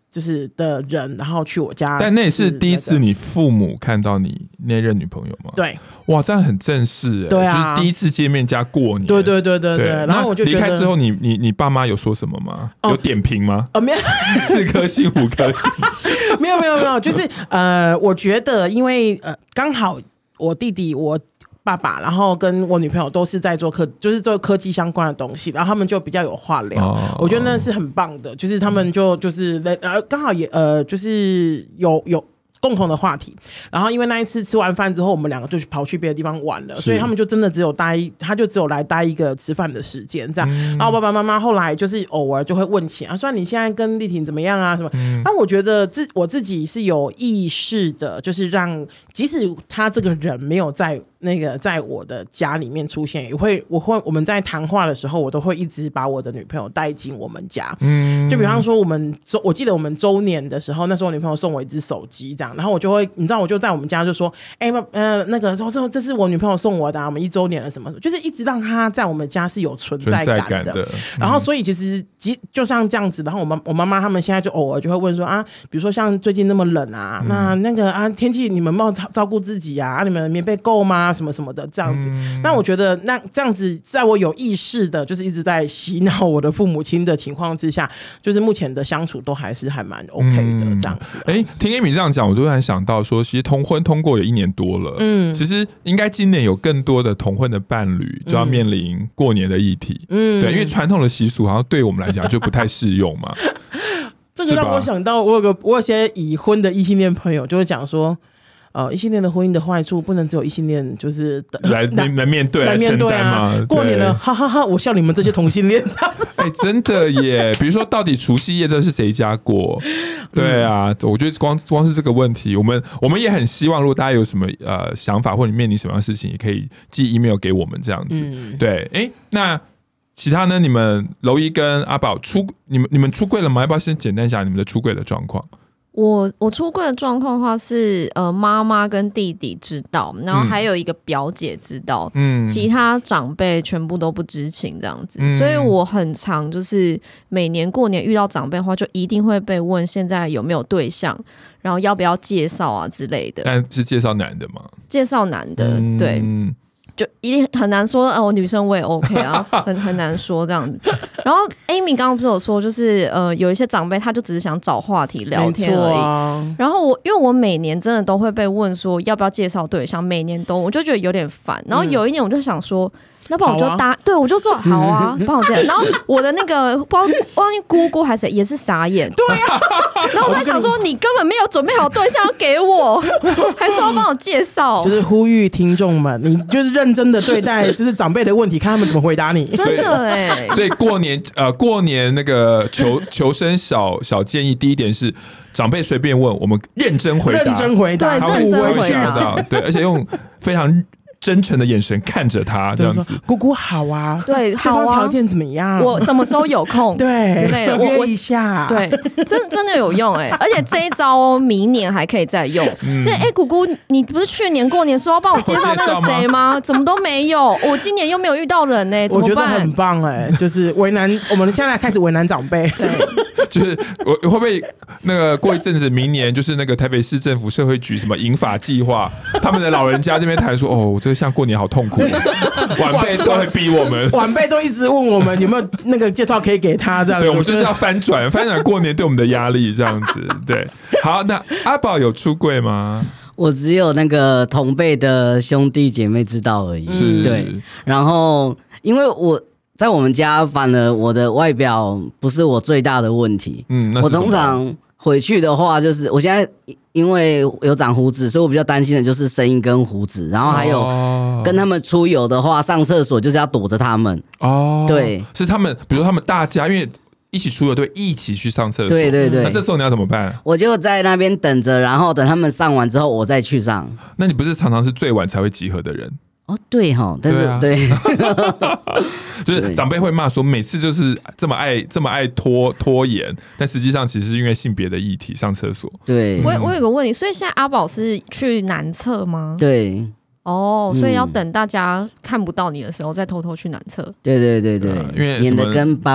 就是的人，然后去我家、 但那也是第一次你父母看到你那任女朋友吗？ 对， 哇，这样很正式对啊， 就是第一次见面加过年， 对。然后我就觉得离开之后你爸妈有说什么吗？有点评吗？ 没有 ，4颗星5颗星， 没有，就是我觉得因为刚好我弟弟我爸爸，然后跟我女朋友都是在做就是做科技相关的东西，然后他们就比较有话聊，我觉得那是很棒的，就是他们就是刚好也就是有共同的话题，然后因为那一次吃完饭之后，我们两个就跑去别的地方玩了，所以他们就真的他就只有来待一个吃饭的时间这样。然后我爸爸妈妈后来就是偶尔就会问起说你现在跟丽婷怎么样啊什么。但我觉得我自己是有意识的，就是让即使他这个人没有在我的家里面出现，我们在谈话的时候，我都会一直把我的女朋友带进我们家。就比方说我记得我们周年的时候，那时候我女朋友送我一只手机这样。然后我就会，你知道，我就在我们家就说，那个这是我女朋友送我的，我们1周年了什么，就是一直让她在我们家是有存在感的。然后所以其实就像这样子，然后我妈妈他们现在就偶尔就会问说比如说像最近那么冷啊，那个天气你们有没有照顾自己啊？你们棉被够吗？什么什么的这样子。那我觉得那这样子，在我有意识的，就是一直在洗脑我的父母亲的情况之下，就是目前的相处都还蛮 OK 的这样子。 听 Amy 这样讲，我就突然想到说，其实同婚通过有1年多了，其实应该今年有更多的同婚的伴侣就要面临过年的议题，对，因为传统的习俗好像对我们来讲就不太适用嘛。 这个让我想到，我有些已婚的异性恋朋友就会讲说，异性恋的婚姻的坏处不能只有异性恋就是来面对来承担吗？ 过年了，哈哈哈！我笑你们这些同性恋。 真的耶！比如说，到底除夕夜这是谁家过？对啊，我觉得光是这个问题，我们也很希望，如果大家有什么想法或者面临什么样的事情，也可以寄 email 给我们这样子。对，那其他呢？你们柔一跟阿宝你们出柜了吗？要不要先简单讲你们的出柜的状况？ 我出柜的状况的话是妈妈跟弟弟知道，然后还有一个表姐知道，其他长辈全部都不知情这样子，所以我很常就是每年过年遇到长辈的话，就一定会被问现在有没有对象，然后要不要介绍啊之类的。 但是介绍男的吗？ 介绍男的，对。就一定很难说我女生我也 OK 啊，很难说这样子。然后 Amy 刚刚不是有说，就是有一些长辈他就只是想找话题聊天而已。然后因为我每年真的都会被问说要不要介绍对象，每年都我就觉得有点烦。然后有一年我就想说，那不然我就对我就说好啊，帮我介绍。然后我的那个忘记姑姑还是谁也是傻眼，对啊。然后我在想说，你根本没有准备好对象要给我，还说要帮我介绍， 就是呼吁听众们，你就是认真的对待就是长辈的问题，看他们怎么回答你。 真的所以过年那个求生小建议，第一点是长辈随便问，我们认真回答， 对， 认真回答， 对，而且用非常真诚的眼神看着他，这样子。 姑姑好啊， 对，好啊， 条件怎么样？ 我什么时候有空？ 对， 之类的， 约一下。 对，真的有用而且这一招明年还可以再用。对，姑姑，你不是去年过年说要帮我介绍那个谁吗？怎么都没有？我今年又没有遇到人呢，怎么办？ 我觉得很棒就是为难我们现在开始为难长辈。 对。 就是我会不会那个过一阵子，明年就是那个台北市政府社会局什么银发计划，他们的老人家这边谈说，这个像过年好痛苦，晚辈都会逼我们， 晚辈都一直问我们有没有那个介绍可以给他这样子。 对，我们就是要翻转过年对我们的压力这样子。对，好，那阿宝有出柜吗？ 我只有那个同辈的兄弟姐妹知道而已。 是， 对，然后因为我在我们家，反而我的外表不是我最大的问题。我通常回去的话，就是我现在因为有长胡子，所以我比较担心的就是声音跟胡子，然后还有跟他们出游的话，上厕所就是要躲着他们。对， 是他们，比如说他们大家因为一起出游，对，一起去上厕所。 对， 那这时候你要怎么办？ 我就在那边等着，然后等他们上完之后，我再去上。 那你不是常常是最晚才会集合的人？ 对齁，但是对， 就是长辈会骂说，每次就是这么爱拖延，但实际上其实是因为性别的议题上厕所。 对， 我有个问题，所以现在阿宝是去男厕吗？ 对， 所以要等大家看不到你的时候，再偷偷去男厕。 对， 因为免得跟爸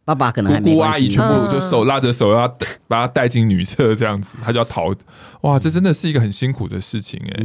爸爸可能还姑姑阿没关系姨全部就手拉着手要把他带进女厕这样子，他就要逃。哇，这真的是一个很辛苦的事情哎。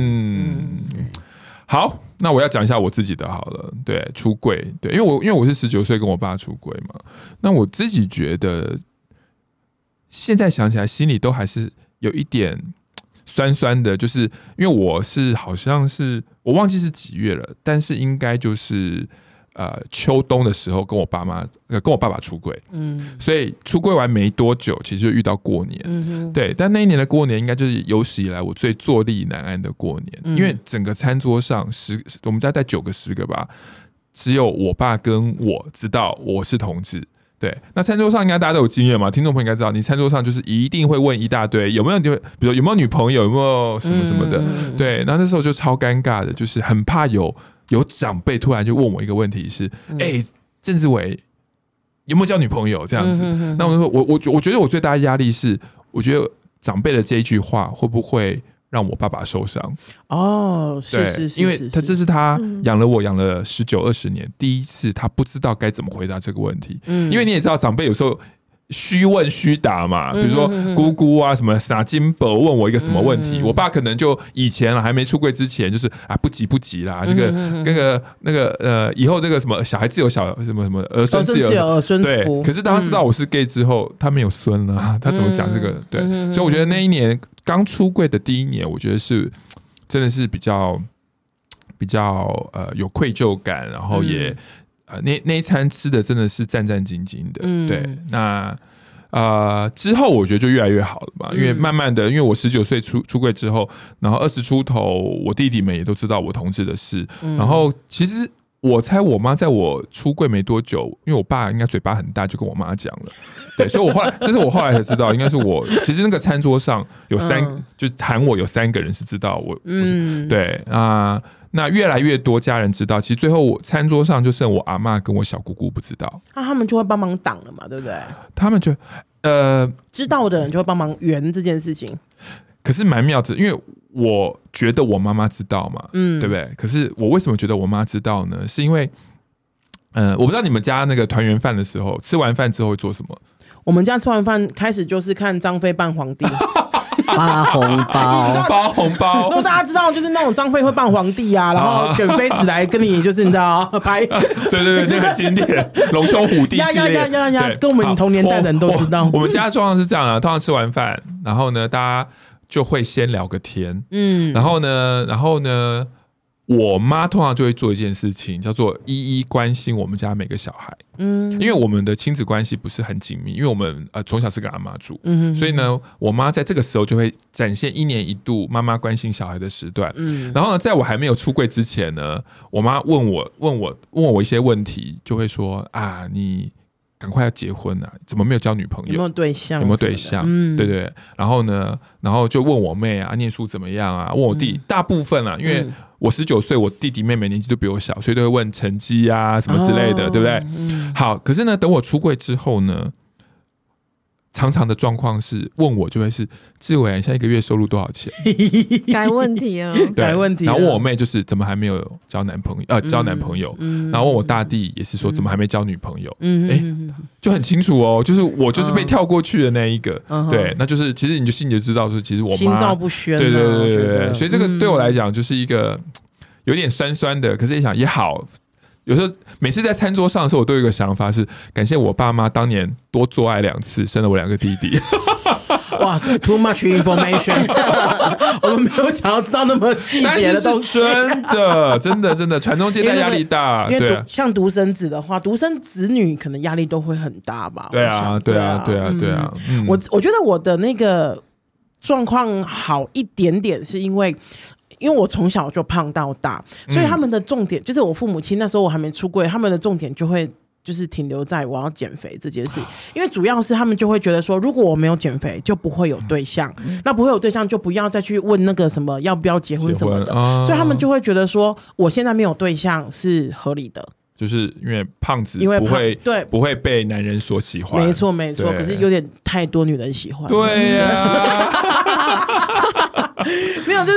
好，那我要讲一下我自己的好了。对，出柜，对，因为我是19岁跟我爸出柜嘛。那我自己觉得，现在想起来心里都还是有一点酸酸的，就是因为我是好像是我忘记是几月了，但是应该就是秋冬的时候跟我爸爸出柜，所以出柜完没多久，其实就遇到过年，对，但那一年的过年应该就是有史以来我最坐立难安的过年，因为整个餐桌上我们家带9个10个吧，只有我爸跟我知道我是同志。对，那餐桌上应该大家都有经验嘛，听众朋友应该知道，你餐桌上就是一定会问一大堆有没有，比如有没有女朋友，有没有什么什么的，对，那时候就超尴尬的，就是很怕有长辈突然就问我一个问题是，郑志伟有没有交女朋友这样子？那我就说，我觉得我最大的压力是，我觉得长辈的这一句话会不会让我爸爸受伤？ 哦，是， 因为这是他养了我养了19、20年，第一次他不知道该怎么回答这个问题。因为你也知道，长辈有时候虚问虚答嘛，比如说姑姑啊什么撒金箔问我一个什么问题，我爸可能就以前还没出柜之前就是不急啦，这个那个以后这个什么小孩自有什么儿孙自有儿孙福， 对。可是当他知道我是 gay 之后，他没有孙了，他怎么讲这个？对，所以我觉得那一年刚出柜的第一年，我觉得是真的是比较有愧疚感，然后也。那一餐吃的真的是战战兢兢的，对。那之后我觉得就越来越好了嘛，因为慢慢的，因为我19岁出柜之后，然后20出头，我弟弟们也都知道我同志的事，然后其实我猜我妈在我出柜没多久，因为我爸应该嘴巴很大，就跟我妈讲了，对，所以这是我后来才知道，应该是我其实那个餐桌上有就喊我有3个人是知道我对啊。那越来越多家人知道，其实最后我餐桌上就剩我阿嬷跟我小姑姑不知道， 那他们就会帮忙挡了嘛，对不对？ 他们就知道的人就会帮忙圆这件事情。 可是蛮妙的，因为我觉得我妈妈知道嘛，对不对？可是我为什么觉得我妈知道呢？是因为我不知道你们家那个团圆饭的时候，吃完饭之后会做什么？ 我们家吃完饭开始就是看张飞扮皇帝。 发红包， 包红包。 让大家知道，就是那种张飞会扮皇帝啊，然后选妃子来跟你，就是你知道拍。对，那个经典龙兄虎弟系列，跟我们同年代的人都知道。 我们家的状况是这样啊，通常吃完饭，然后呢，大家就会先聊个天，然后呢。我妈通常就会做一件事情，叫做一一关心我们家每个小孩。因为我们的亲子关系不是很紧密，因为我们从小是跟阿妈住，所以呢，我妈在这个时候就会展现1年1度妈妈关心小孩的时段。然后呢，在我还没有出柜之前呢，我妈问我一些问题，就会说你赶快要结婚啊，怎么没有交女朋友？ 有没有对象？ 对。然后呢，就问我妹念书怎么样啊？问我弟，大部分因为我19岁，我弟弟妹妹年纪都比我小，所以都会问成绩啊什么之类的，对不对？好，可是呢，等我出柜之后呢，常常的状况是问我就会是志伟，现在1个月收入多少钱？ 改问题了， 改问题。 然后问我妹就是怎么还没有交男朋友，然后问我大弟也是说怎么还没交女朋友，就很清楚哦，就是我就是被跳过去的那一个，对，那就是其实你心里就知道说，其实我妈心照不宣， 对，所以这个对我来讲就是一个有点酸酸的，可是也想也好。有时候每次在餐桌上的时候，我都有一个想法是感谢我爸妈当年多做爱2次，生了我2个弟弟。 哇塞 ，too much information， 我们没有想要知道那么细节的东西。 真的，传宗接代压力大。 因为像独生子的话，独生子女可能压力都会很大吧？ 对啊。 我觉得我的那个状况好一点点，是因为我从小就胖到大，所以他们的重点就是我父母亲那时候我还没出柜，他们的重点就会就是停留在我要减肥这件事，因为主要是他们就会觉得说，如果我没有减肥，就不会有对象，那不会有对象就不要再去问那个什么要不要结婚什么的，所以他们就会觉得说，我现在没有对象是合理的。就是因为胖子不会被男人所喜欢， 没错，可是有点太多女人喜欢， 对呀， 没有，就是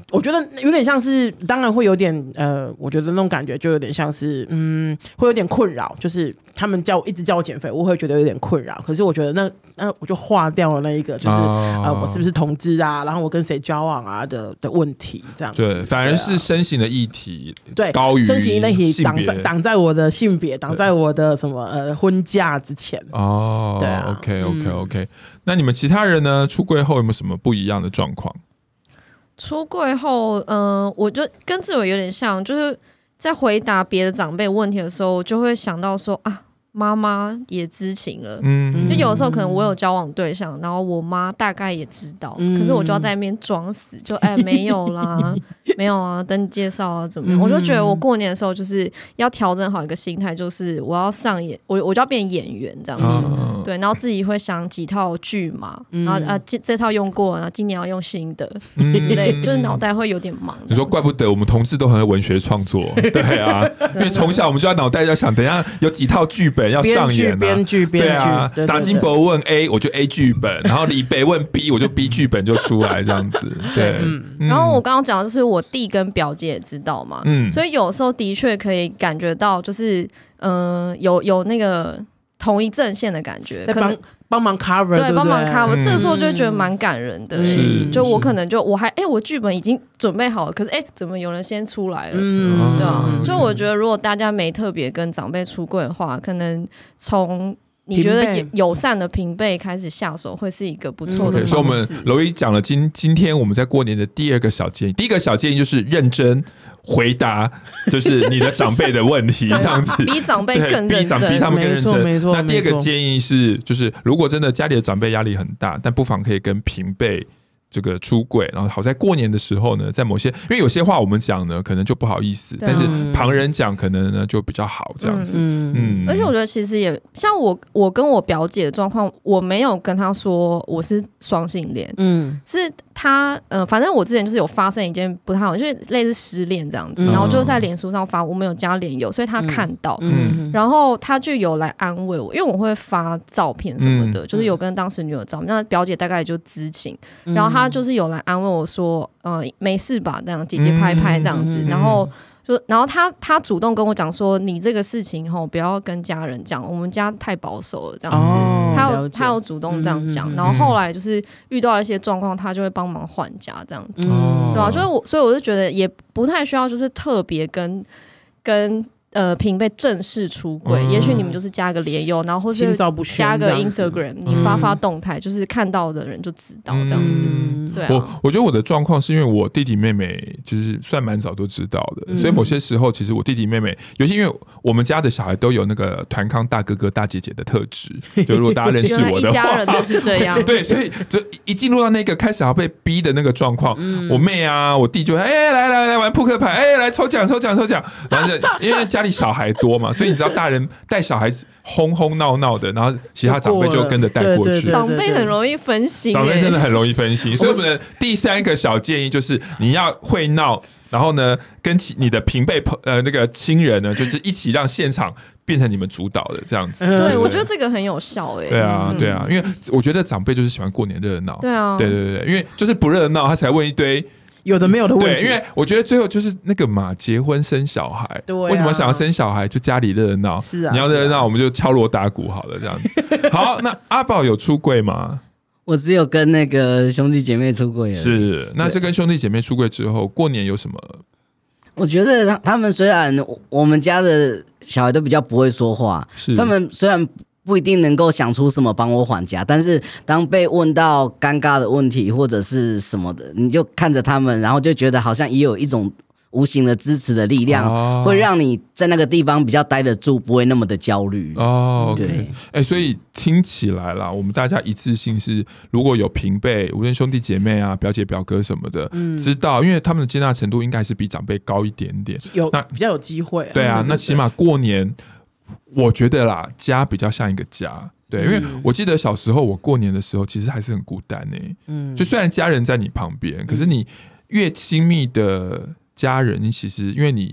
我觉得有点像是，当然会有点我觉得那种感觉就有点像是会有点困扰，就是他们一直叫我减肥，我会觉得有点困扰。可是我觉得那我就划掉了那一个，就是我是不是同志啊，然后我跟谁交往啊的问题，这样子。 对，反而是身形的议题， 对， 高于身形的议题挡在我的性别，挡在我的什么婚嫁之前。 哦， 对啊 ，OK。那你们其他人呢？出柜后有没有什么不一样的状况？ 出柜后，我就跟志伟有点像，就是在回答别的长辈问题的时候，就会想到说啊，妈妈也知情了，就有的时候可能我有交往对象，然后我妈大概也知道，可是我就要在那边装死，就没有啦，没有啊，等你介绍啊，怎么样？我就觉得我过年的时候就是要调整好一个心态，就是我要上演，我就要变演员这样子，对，然后自己会想几套剧嘛，然后这套用过，然后今年要用新的之类，就是脑袋会有点忙。 你说怪不得我们同志都很会文学创作，对啊，因为从小我们就在脑袋要想，等一下有几套剧本要上演啊， 编剧， 对啊，撒金伯问 A 我就 A 剧本，然后李北问 B 我就 B 剧本就出来这样子，对。 然后我刚刚讲的就是我弟跟表姐也知道嘛，所以有时候的确可以感觉到，就是有那个同一阵线的感觉，可能帮忙 cover， 对，帮忙 cover，这个时候就会觉得蛮感人的。就我可能就我还我剧本已经准备好了，可是怎么有人先出来了？对啊，就我觉得如果大家没特别跟长辈出柜的话，可能从你觉得友善的平辈开始下手，会是一个不错的方式。 所以我们柔一讲了今天我们在过年的第二个小建议，第一个小建议就是认真回答，就是你的长辈的问题，这样子比长辈更认真， 比他们更认真。 没错。 那第二个建议是，就是如果真的家里的长辈压力很大，但不妨可以跟平辈这个出柜，然后好在过年的时候呢，在某些因为有些话我们讲呢可能就不好意思，但是旁人讲可能呢就比较好这样子。 而且我觉得其实也像我跟我表姐的状况，我没有跟她说我是双性恋，是她反正我之前就是有发生一件不太好，就是类似失恋这样子，然后就在脸书上发，我们有加脸友，所以她看到，然后她就有来安慰我，因为我会发照片什么的，就是有跟当时女友照片，那表姐大概也就知情，然后她就是有来安慰我说没事吧，这样姐姐拍拍这样子，然后他主动跟我讲说，你这个事情不要跟家人讲，我们家太保守了这样子。他有主动这样讲，然后后来就是遇到一些状况，他就会帮忙换家这样子，对吧？所以我就觉得也不太需要，就是特别跟平辈正式出柜，也许你们就是加个连友，然后或是加个 Instagram， 你发动态，就是看到的人就知道这样子。对啊， 我觉得我的状况是因为我弟弟妹妹就是算蛮早都知道的，所以某些时候其实我弟弟妹妹，尤其因为我们家的小孩都有那个团康大哥哥大姐姐的特质，就如果大家认识我的话， 一家人都是这样。 对，所以就一进入到那个开始要被逼的那个状况，我妹啊，我弟就来玩扑克牌，来抽奖，然后因为家里小孩多嘛，所以你知道大人带小孩子轰轰闹闹的，然后其他长辈就跟着带过去。 长辈很容易分心， 长辈真的很容易分心，所以我们的第三个小建议就是你要会闹，然后呢跟你的平辈那个亲人呢，就是一起让现场变成你们主导的这样子。 对，我觉得这个很有效对啊，因为我觉得长辈就是喜欢过年热闹。 对啊， 对，因为就是不热闹，他才问一堆有的没有的问题。 对，因为我觉得最后就是那个嘛，结婚生小孩，为什么想要生小孩？就家里热闹， 是啊， 你要热闹，我们就敲锣打鼓好了，这样子。好，那阿宝有出柜吗？ 我只有跟那个兄弟姐妹出柜。 是，那这跟兄弟姐妹出柜之后，过年有什么？ 我觉得他们虽然我们家的小孩都比较不会说话，他们虽然不一定能够想出什么帮我缓颊，但是当被问到尴尬的问题或者是什么的，你就看着他们，然后就觉得好像也有一种无形的支持的力量，会让你在那个地方比较待得住，不会那么的焦虑。 对，所以听起来啦，我们大家一致性是，如果有平辈，无论兄弟姐妹啊、表姐表哥什么的，知道，因为他们的接纳程度应该是比长辈高一点点， 那比较有机会。 对啊，那起码过年，我觉得啦，家比较像一个家。对，因为我记得小时候我过年的时候，其实还是很孤单就虽然家人在你旁边，可是你越亲密的家人，你其实因为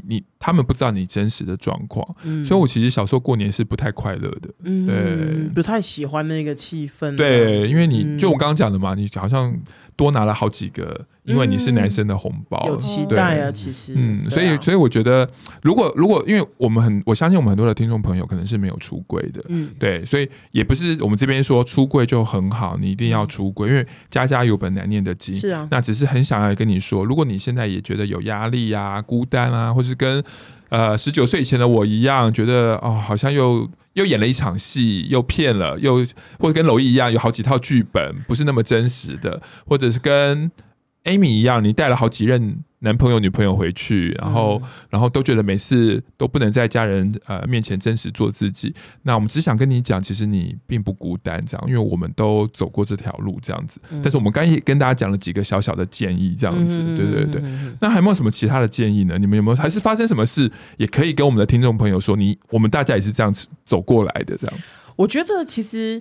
他们不知道你真实的状况，所以我其实小时候过年是不太快乐的，对， 不太喜欢那个气氛， 对，因为你就我刚刚讲的嘛，你好像多拿了好几个，因为你是男生的红包， 有期待啊，其实， 所以我觉得，如果因为我相信我们很多的听众朋友可能是没有出柜的，对，所以也不是我们这边说出柜就很好，你一定要出柜，因为家家有本难念的经， 是啊， 那只是很想要跟你说，如果你现在也觉得有压力啊、孤单啊，或是跟19岁以前的我一样，觉得好像又演了一场戏，又骗了，或者跟娄艺一样有好几套剧本，不是那么真实的，或者是跟 Amy 一样，你带了好几任男朋友女朋友回去，然后都觉得每次都不能在家人面前真实做自己。那我们只想跟你讲，其实你并不孤单，这样，因为我们都走过这条路，这样子。但是我们刚才也跟大家讲了几个小小的建议，这样子，对对对。那还有没有什么其他的建议呢？你们有没有还是发生什么事，也可以跟我们的听众朋友说，我们大家也是这样走过来的，这样。 我觉得其实，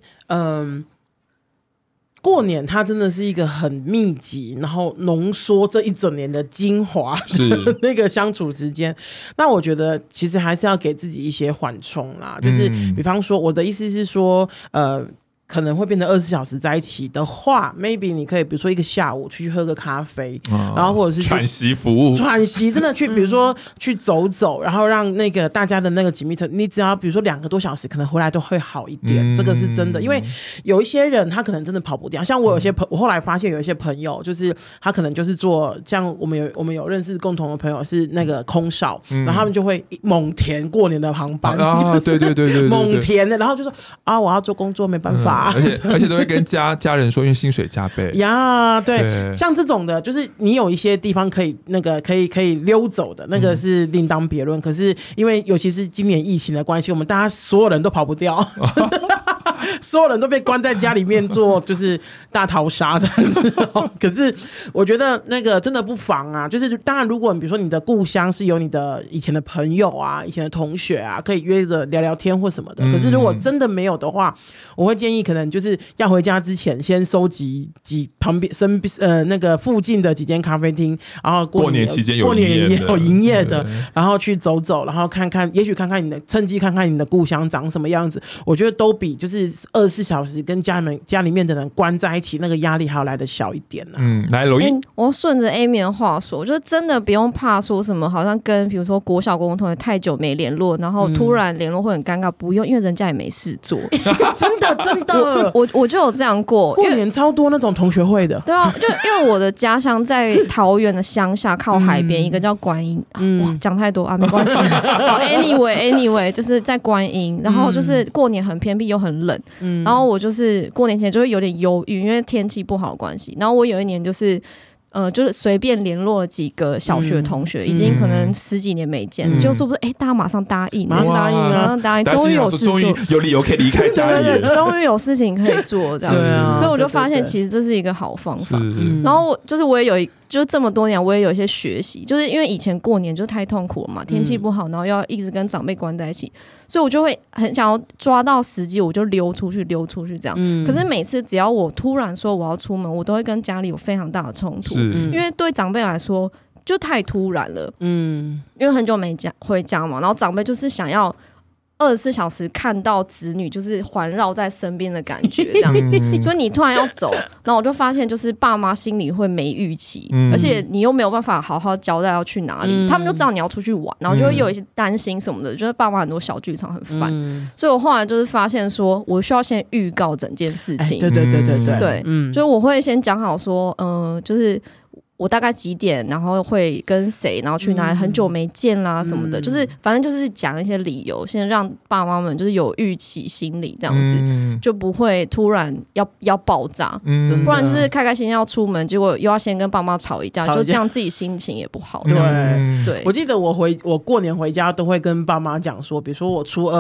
过年它真的是一个很密集，然后浓缩这一整年的精华的那个相处时间。那我觉得其实还是要给自己一些缓冲啦，就是比方说，我的意思是说，可能会变成24小时在一起的话 ，maybe 你可以比如说一个下午去喝个咖啡，然后或者是喘息服务， 喘息真的去，比如说去走走，然后让那个大家的那个紧密程度，你只要比如说2个多小时，可能回来都会好一点，这个是真的。因为有一些人他可能真的跑不掉，像我有些我后来发现有一些朋友，就是他可能就是做像我们有认识共同的朋友是那个空少，然后他们就会猛填过年的航班， 对对对对， 猛填的，然后就说我要做工作没办法。 而且都会跟家人说，因为薪水加倍呀，对，像这种的，就是你有一些地方可以可以溜走的，那个是另当别论。可是因为尤其是今年疫情的关系，我们大家所有人都跑不掉。所有人都被关在家里面做就是大逃杀这样子。可是我觉得那个真的不妨啊，就是当然如果比如说你的故乡是有你的以前的朋友啊、以前的同学啊，可以约着聊聊天或什么的。可是如果真的没有的话，我会建议可能就是要回家之前先收集旁边那个附近的几间咖啡厅，然后过年期间有营业的，然后去走走，然后看看，也许趁机看看你的故乡长什么样子。我觉得都比就是24小时跟家里面的人关在一起，那个压力还要来得小一点啊。 来娄艺， 我顺着 Amy 的话说，就真的不用怕说什么，好像跟比如说国小国中同学太久没联络，然后突然联络会很尴尬，不用，因为人家也没事做。 真的， 我就有这样过年超多那种同学会的。 对啊，就因为我的家乡在桃园的乡下，靠海边，一个叫观音。哇，讲太多啊，没关系。Anyway， 就是在观音，然后就是过年很偏僻又很冷，然后我就是过年前就会有点忧郁，因为天气不好的关系。然后我有一年就是随便联络了几个小学同学，已经可能10几年没见，就是不是大家马上答应，终于有事做， 有理由可以离开家里， 终于有事情可以做，这样子。所以我就发现其实这是一个好方法。然后我也有就是这么多年，我也有一些学习，就是因为以前过年就太痛苦了嘛，天气不好，然后要一直跟长辈关在一起，所以我就会很想要抓到时机，我就溜出去这样。可是每次只要我突然说我要出门，我都会跟家里有非常大的冲突，因为对长辈来说就太突然了。因为很久没回家嘛，然后长辈就是想要24小时看到子女就是环绕在身边的感觉这样子，所以你突然要走，然后我就发现就是爸妈心里会没预期，而且你又没有办法好好交代要去哪里，他们就知道你要出去玩，然后就会有一些担心什么的，就是爸妈很多小剧场很烦，所以我后来就是发现说我需要先预告整件事情，对，就是我会先讲好说，就是我大概几点，然后会跟谁，然后去哪里，很久没见啦什么的，就是反正就是讲一些理由，先让爸妈们就是有预期心理，这样子就不会突然要爆炸，不然就是开开心心要出门，结果又要先跟爸妈吵一架，就这样自己心情也不好，这样子。对， 我记得我过年回家都会跟爸妈讲说，比如说我初二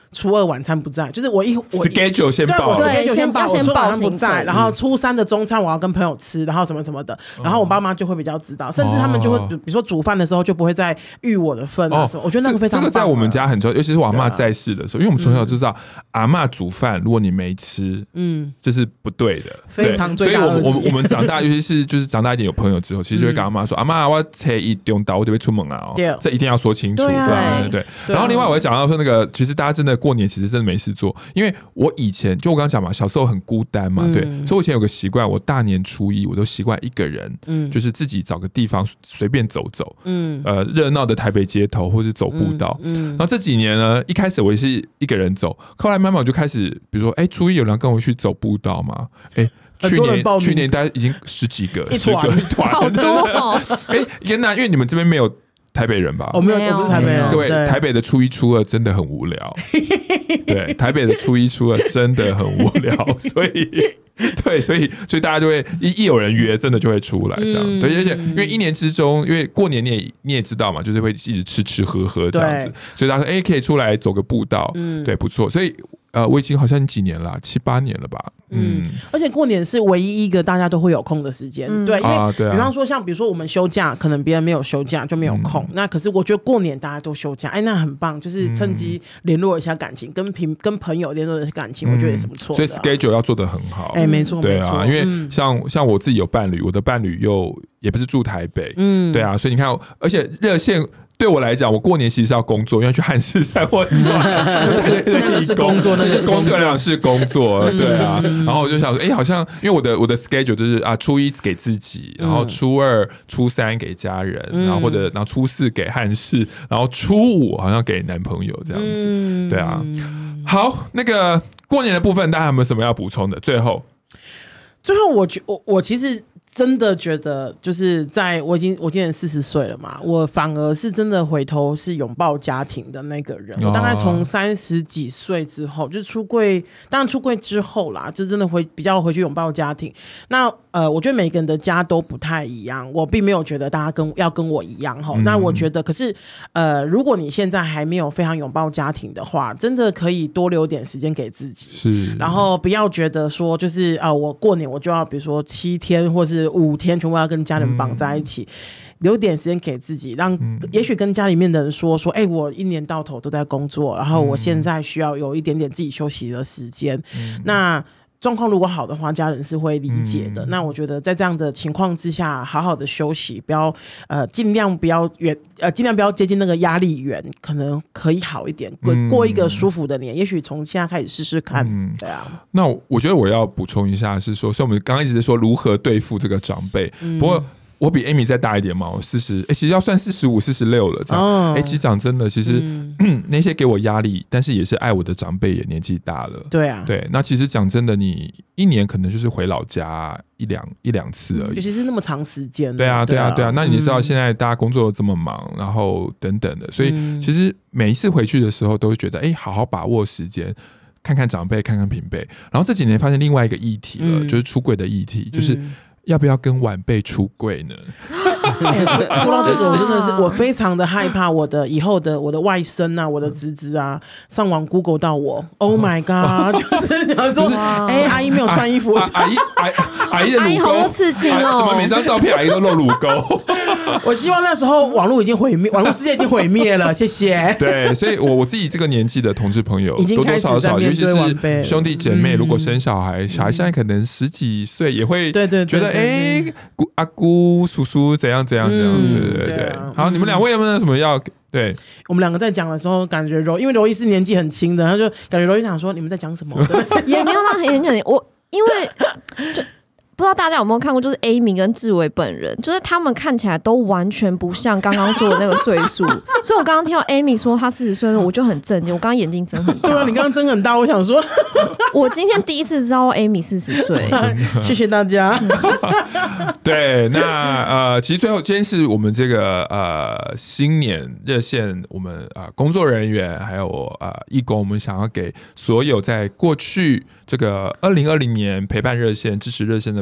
初2晚餐不在，就是我 schedule 先报， 我 schedule 先报，我初2晚餐不在，然后初3的中餐我要跟朋友吃，然后什么什么的，然后我爸妈就会比较知道，甚至他们就会比如说煮饭的时候就不会再预我的份啊什么，我觉得那个非常棒。 这个在我们家很重要，尤其是我阿嬷在世的时候，因为我们从小就知道阿嬷煮饭，如果你没吃，这是不对的， 非常最大的。所以我们长大，尤其是就是长大一点有朋友之后，其实就会跟阿嬷说：“阿嬷，我切一丢刀，我就会出门啊。”这一定要说清楚，对。然后另外我会讲到说，那个其实大家真的过年其实真的没事做，因为我以前就我刚刚讲嘛，小时候很孤单嘛，对，所以我以前有个习惯，我大年初1我都习惯一个人，就是自己找个地方随便走走，热闹的台北街头或是走步道，然后这几年呢，一开始我也是一个人走，后来慢慢我就开始，比如说，初1有人跟我去走步道嘛，去年大概已经10几个， 一团， 好多哦。 因为你们这边没有台北人吧？ 我不是台北人。 对，台北的初1、初2真的很无聊。对，台北的初1、初2真的很无聊，所以大家就会一有人约，真的就会出来这样。对，而且因为一年之中，因为过年你也知道嘛，就是会一直吃喝这样子，所以大家说可以出来走个步道，对，不错。所以我已经好像几年了，7、8年了吧。 而且过年是唯一一个大家都会有空的时间，对，因为比方说比如说我们休假，可能别人没有休假就没有空，那可是我觉得过年大家都休假，那很棒，就是趁机联络一下感情，跟朋友联络一下感情，我觉得也是不错的。 所以 schedule 要做得很好， 没错， 对啊，因为像我自己有伴侣，我的伴侣也不是住台北，对啊，所以你看，而且热线。对我来讲，我过年其实是要工作，因为去汉士山或那是工作，那是工作， 是工作，对啊。然后我就想说，好像因为我的 schedule 就是初1给自己，然后初2、初3给家人，然后初4给汉士，然后初5好像给男朋友这样子，对啊。好，那个过年的部分，大家有没有什么要补充的？最后， 我其实。真的觉得就是我今年40岁了嘛，我反而是真的回头是拥抱家庭的那个人。我大概从30几岁之后，就是出柜，当然出柜之后啦，就真的比较回去拥抱家庭。那我觉得每个人的家都不太一样，我并没有觉得大家要跟我一样那我觉得，可是如果你现在还没有非常拥抱家庭的话，真的可以多留点时间给自己， 是， 然后不要觉得说就是我过年我就要比如说7天或是5天全部要跟家人绑在一起，留点时间给自己，也许跟家里面的人说我一年到头都在工作，然后我现在需要有一点点自己休息的时间，那状况如果好的话，家人是会理解的。那我觉得在这样的情况之下，好好的休息，不要尽量不要接近那个压力源，可能可以好一点，过一个舒服的年。也许从现在开始试试看，对啊。 那我觉得我要补充一下是说，所以我们刚刚一直在说如何对付这个长辈，不过。我比 Amy 再大一点嘛，我40，其实要算45、46了这样。其实讲真的，其实那些给我压力，但是也是爱我的长辈也年纪大了。 对啊， 对。那其实讲真的，你一年可能就是回老家一两次而已， 尤其是那么长时间。 对啊。那你知道现在大家工作都这么忙，然后等等的，所以其实每一次回去的时候，都会觉得好好把握时间。看看长辈，看看平辈。然后这几年发现另外一个议题了，就是出柜的议题，就是。要不要跟晚辈出柜呢？ 说到这个，我真的是我非常的害怕，以后的我的外甥啊，我的侄子啊，上网 Google 到我 ，Oh my god， 就是想说，阿姨没有穿衣服， 阿姨的乳沟好多刺青哦， 怎么每张照片阿姨都露乳沟？ 我希望那时候网络已经毁灭，网络世界已经毁灭了，谢谢。 对，所以我自己这个年纪的同志朋友，多多少少，尤其是兄弟姐妹，如果生小孩现在可能10几岁，也会觉得。阿姑叔叔怎样，对。好，你们两位有没有什么要？对， 我们两个在讲的时候，感觉因为柔一是年纪很轻的，他就感觉柔一想说你们在讲什么？ 也没有到很因为就。不知道大家有没有看过，就是 Amy 跟志伟本人，就是他们看起来都完全不像刚刚说的那个岁数，所以我刚刚听到 Amy 说她40岁的时候，我就很震惊。我刚刚眼睛睁很大。 对啊，你刚刚睁很大，我想说， 我今天第一次知道 Amy 40岁， 谢谢大家。 对，那其实最后今天是我们这个新年热线，我们工作人员还有义工，我们想要给所有在过去这个2020年陪伴热线、支持热线的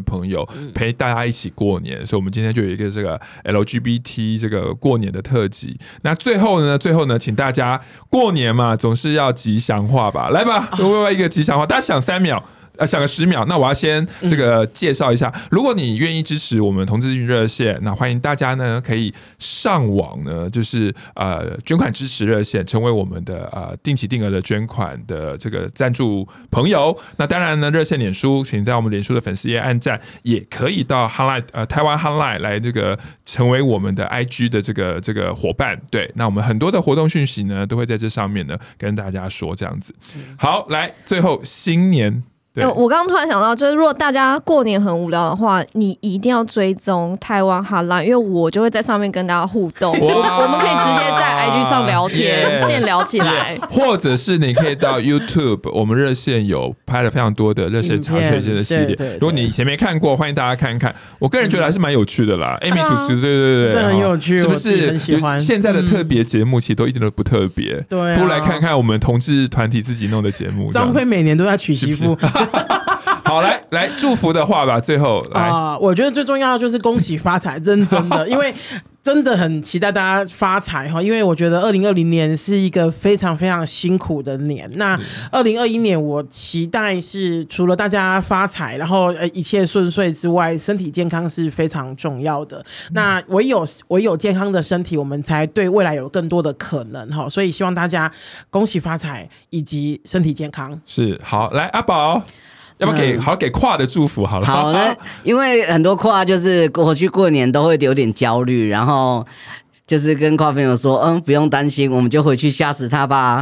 朋友，陪大家一起过年，所以我们今天就有一个这个 LGBT 这个过年的特辑。那最后呢，请大家过年嘛，总是要吉祥话吧，来吧，我一个吉祥话，大家想3秒。想个10秒，那我要先这个介绍一下。如果你愿意支持我们同志咨询热线，那欢迎大家呢可以上网呢，就是捐款支持热线，成为我们的定期定额的捐款的这个赞助朋友。那当然呢，热线脸书，请在我们脸书的粉丝页按赞，也可以到 Hotline 台湾 Hotline 来这个成为我们的 IG 的这个伙伴。对，那我们很多的活动讯息呢都会在这上面呢跟大家说这样子。好，来最后新年。 我刚刚突然想到，就是如果大家过年很无聊的话，你一定要追踪台湾 Hotline， 因为我就会在上面跟大家互动，我们可以直接在 IG 上聊天，现聊起来。或者是你可以到 YouTube， 我们热线有拍了非常多的热线茶水间的系列，如果你以前没看过，欢迎大家看看。我个人觉得还是蛮有趣的啦，Amy 主持，对， 很有趣， 是不是？ 很喜欢。 现在的特别节目其实都一点都不特别， 对， 不如来看看我们同志团体自己弄的节目。 张飞每年都在娶媳妇。 好，来祝福的话吧，最后来我觉得最重要的就是恭喜发财，真的，因为真的很期待大家发财哈，因为我觉得2020年是一个非常非常辛苦的年。那2021年我期待是除了大家发财，然后一切顺遂之外，身体健康是非常重要的。那唯有健康的身体，我们才对未来有更多的可能哈。所以希望大家恭喜发财以及身体健康。 是，好，来阿宝。要不要给跨的祝福好了？ 好的，因为很多跨就是过去过年都会有点焦虑，然后就是跟跨朋友说，不用担心，我们就回去吓死他吧。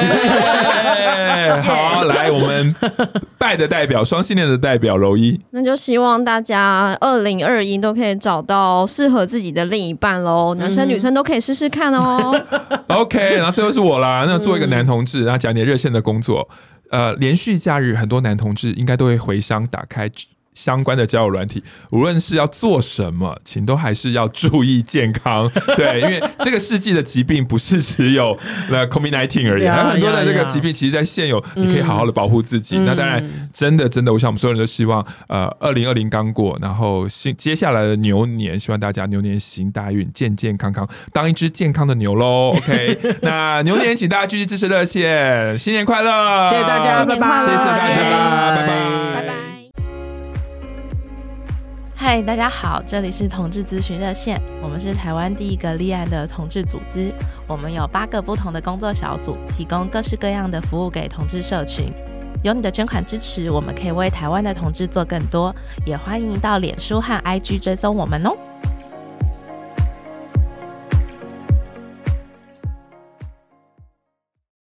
好，来我们拜的代表，双性恋的代表柔一， 那就希望大家2021都可以找到适合自己的另一半咯，男生女生都可以试试看哦。 OK， 然后最后是我啦，那作为一个男同志，然后讲点热线的工作。连续假日，很多男同志应该都会回乡打开相关的交友软体，无论是要做什么，请都还是要注意健康。对，因为这个世纪的疾病不是只有COVID-19 而已，还有很多的这个疾病，其实在现有你可以好好的保护自己。那当然，真的，我想我们所有人都希望，2020刚过，然后接下来的牛年，希望大家牛年行大运，健健康康，当一只健康的牛喽。OK， 那牛年请大家继续支持热线，新年快乐！ 谢谢大家，拜拜！ 谢谢大家，拜拜。 嗨，大家好，这里是同志咨询热线，我们是台湾第一个立案的同志组织，我们有8个不同的工作小组，提供各式各样的服务给同志社群。有你的捐款支持，我们可以为台湾的同志做更多，也欢迎到脸书和 IG 追踪我们哦。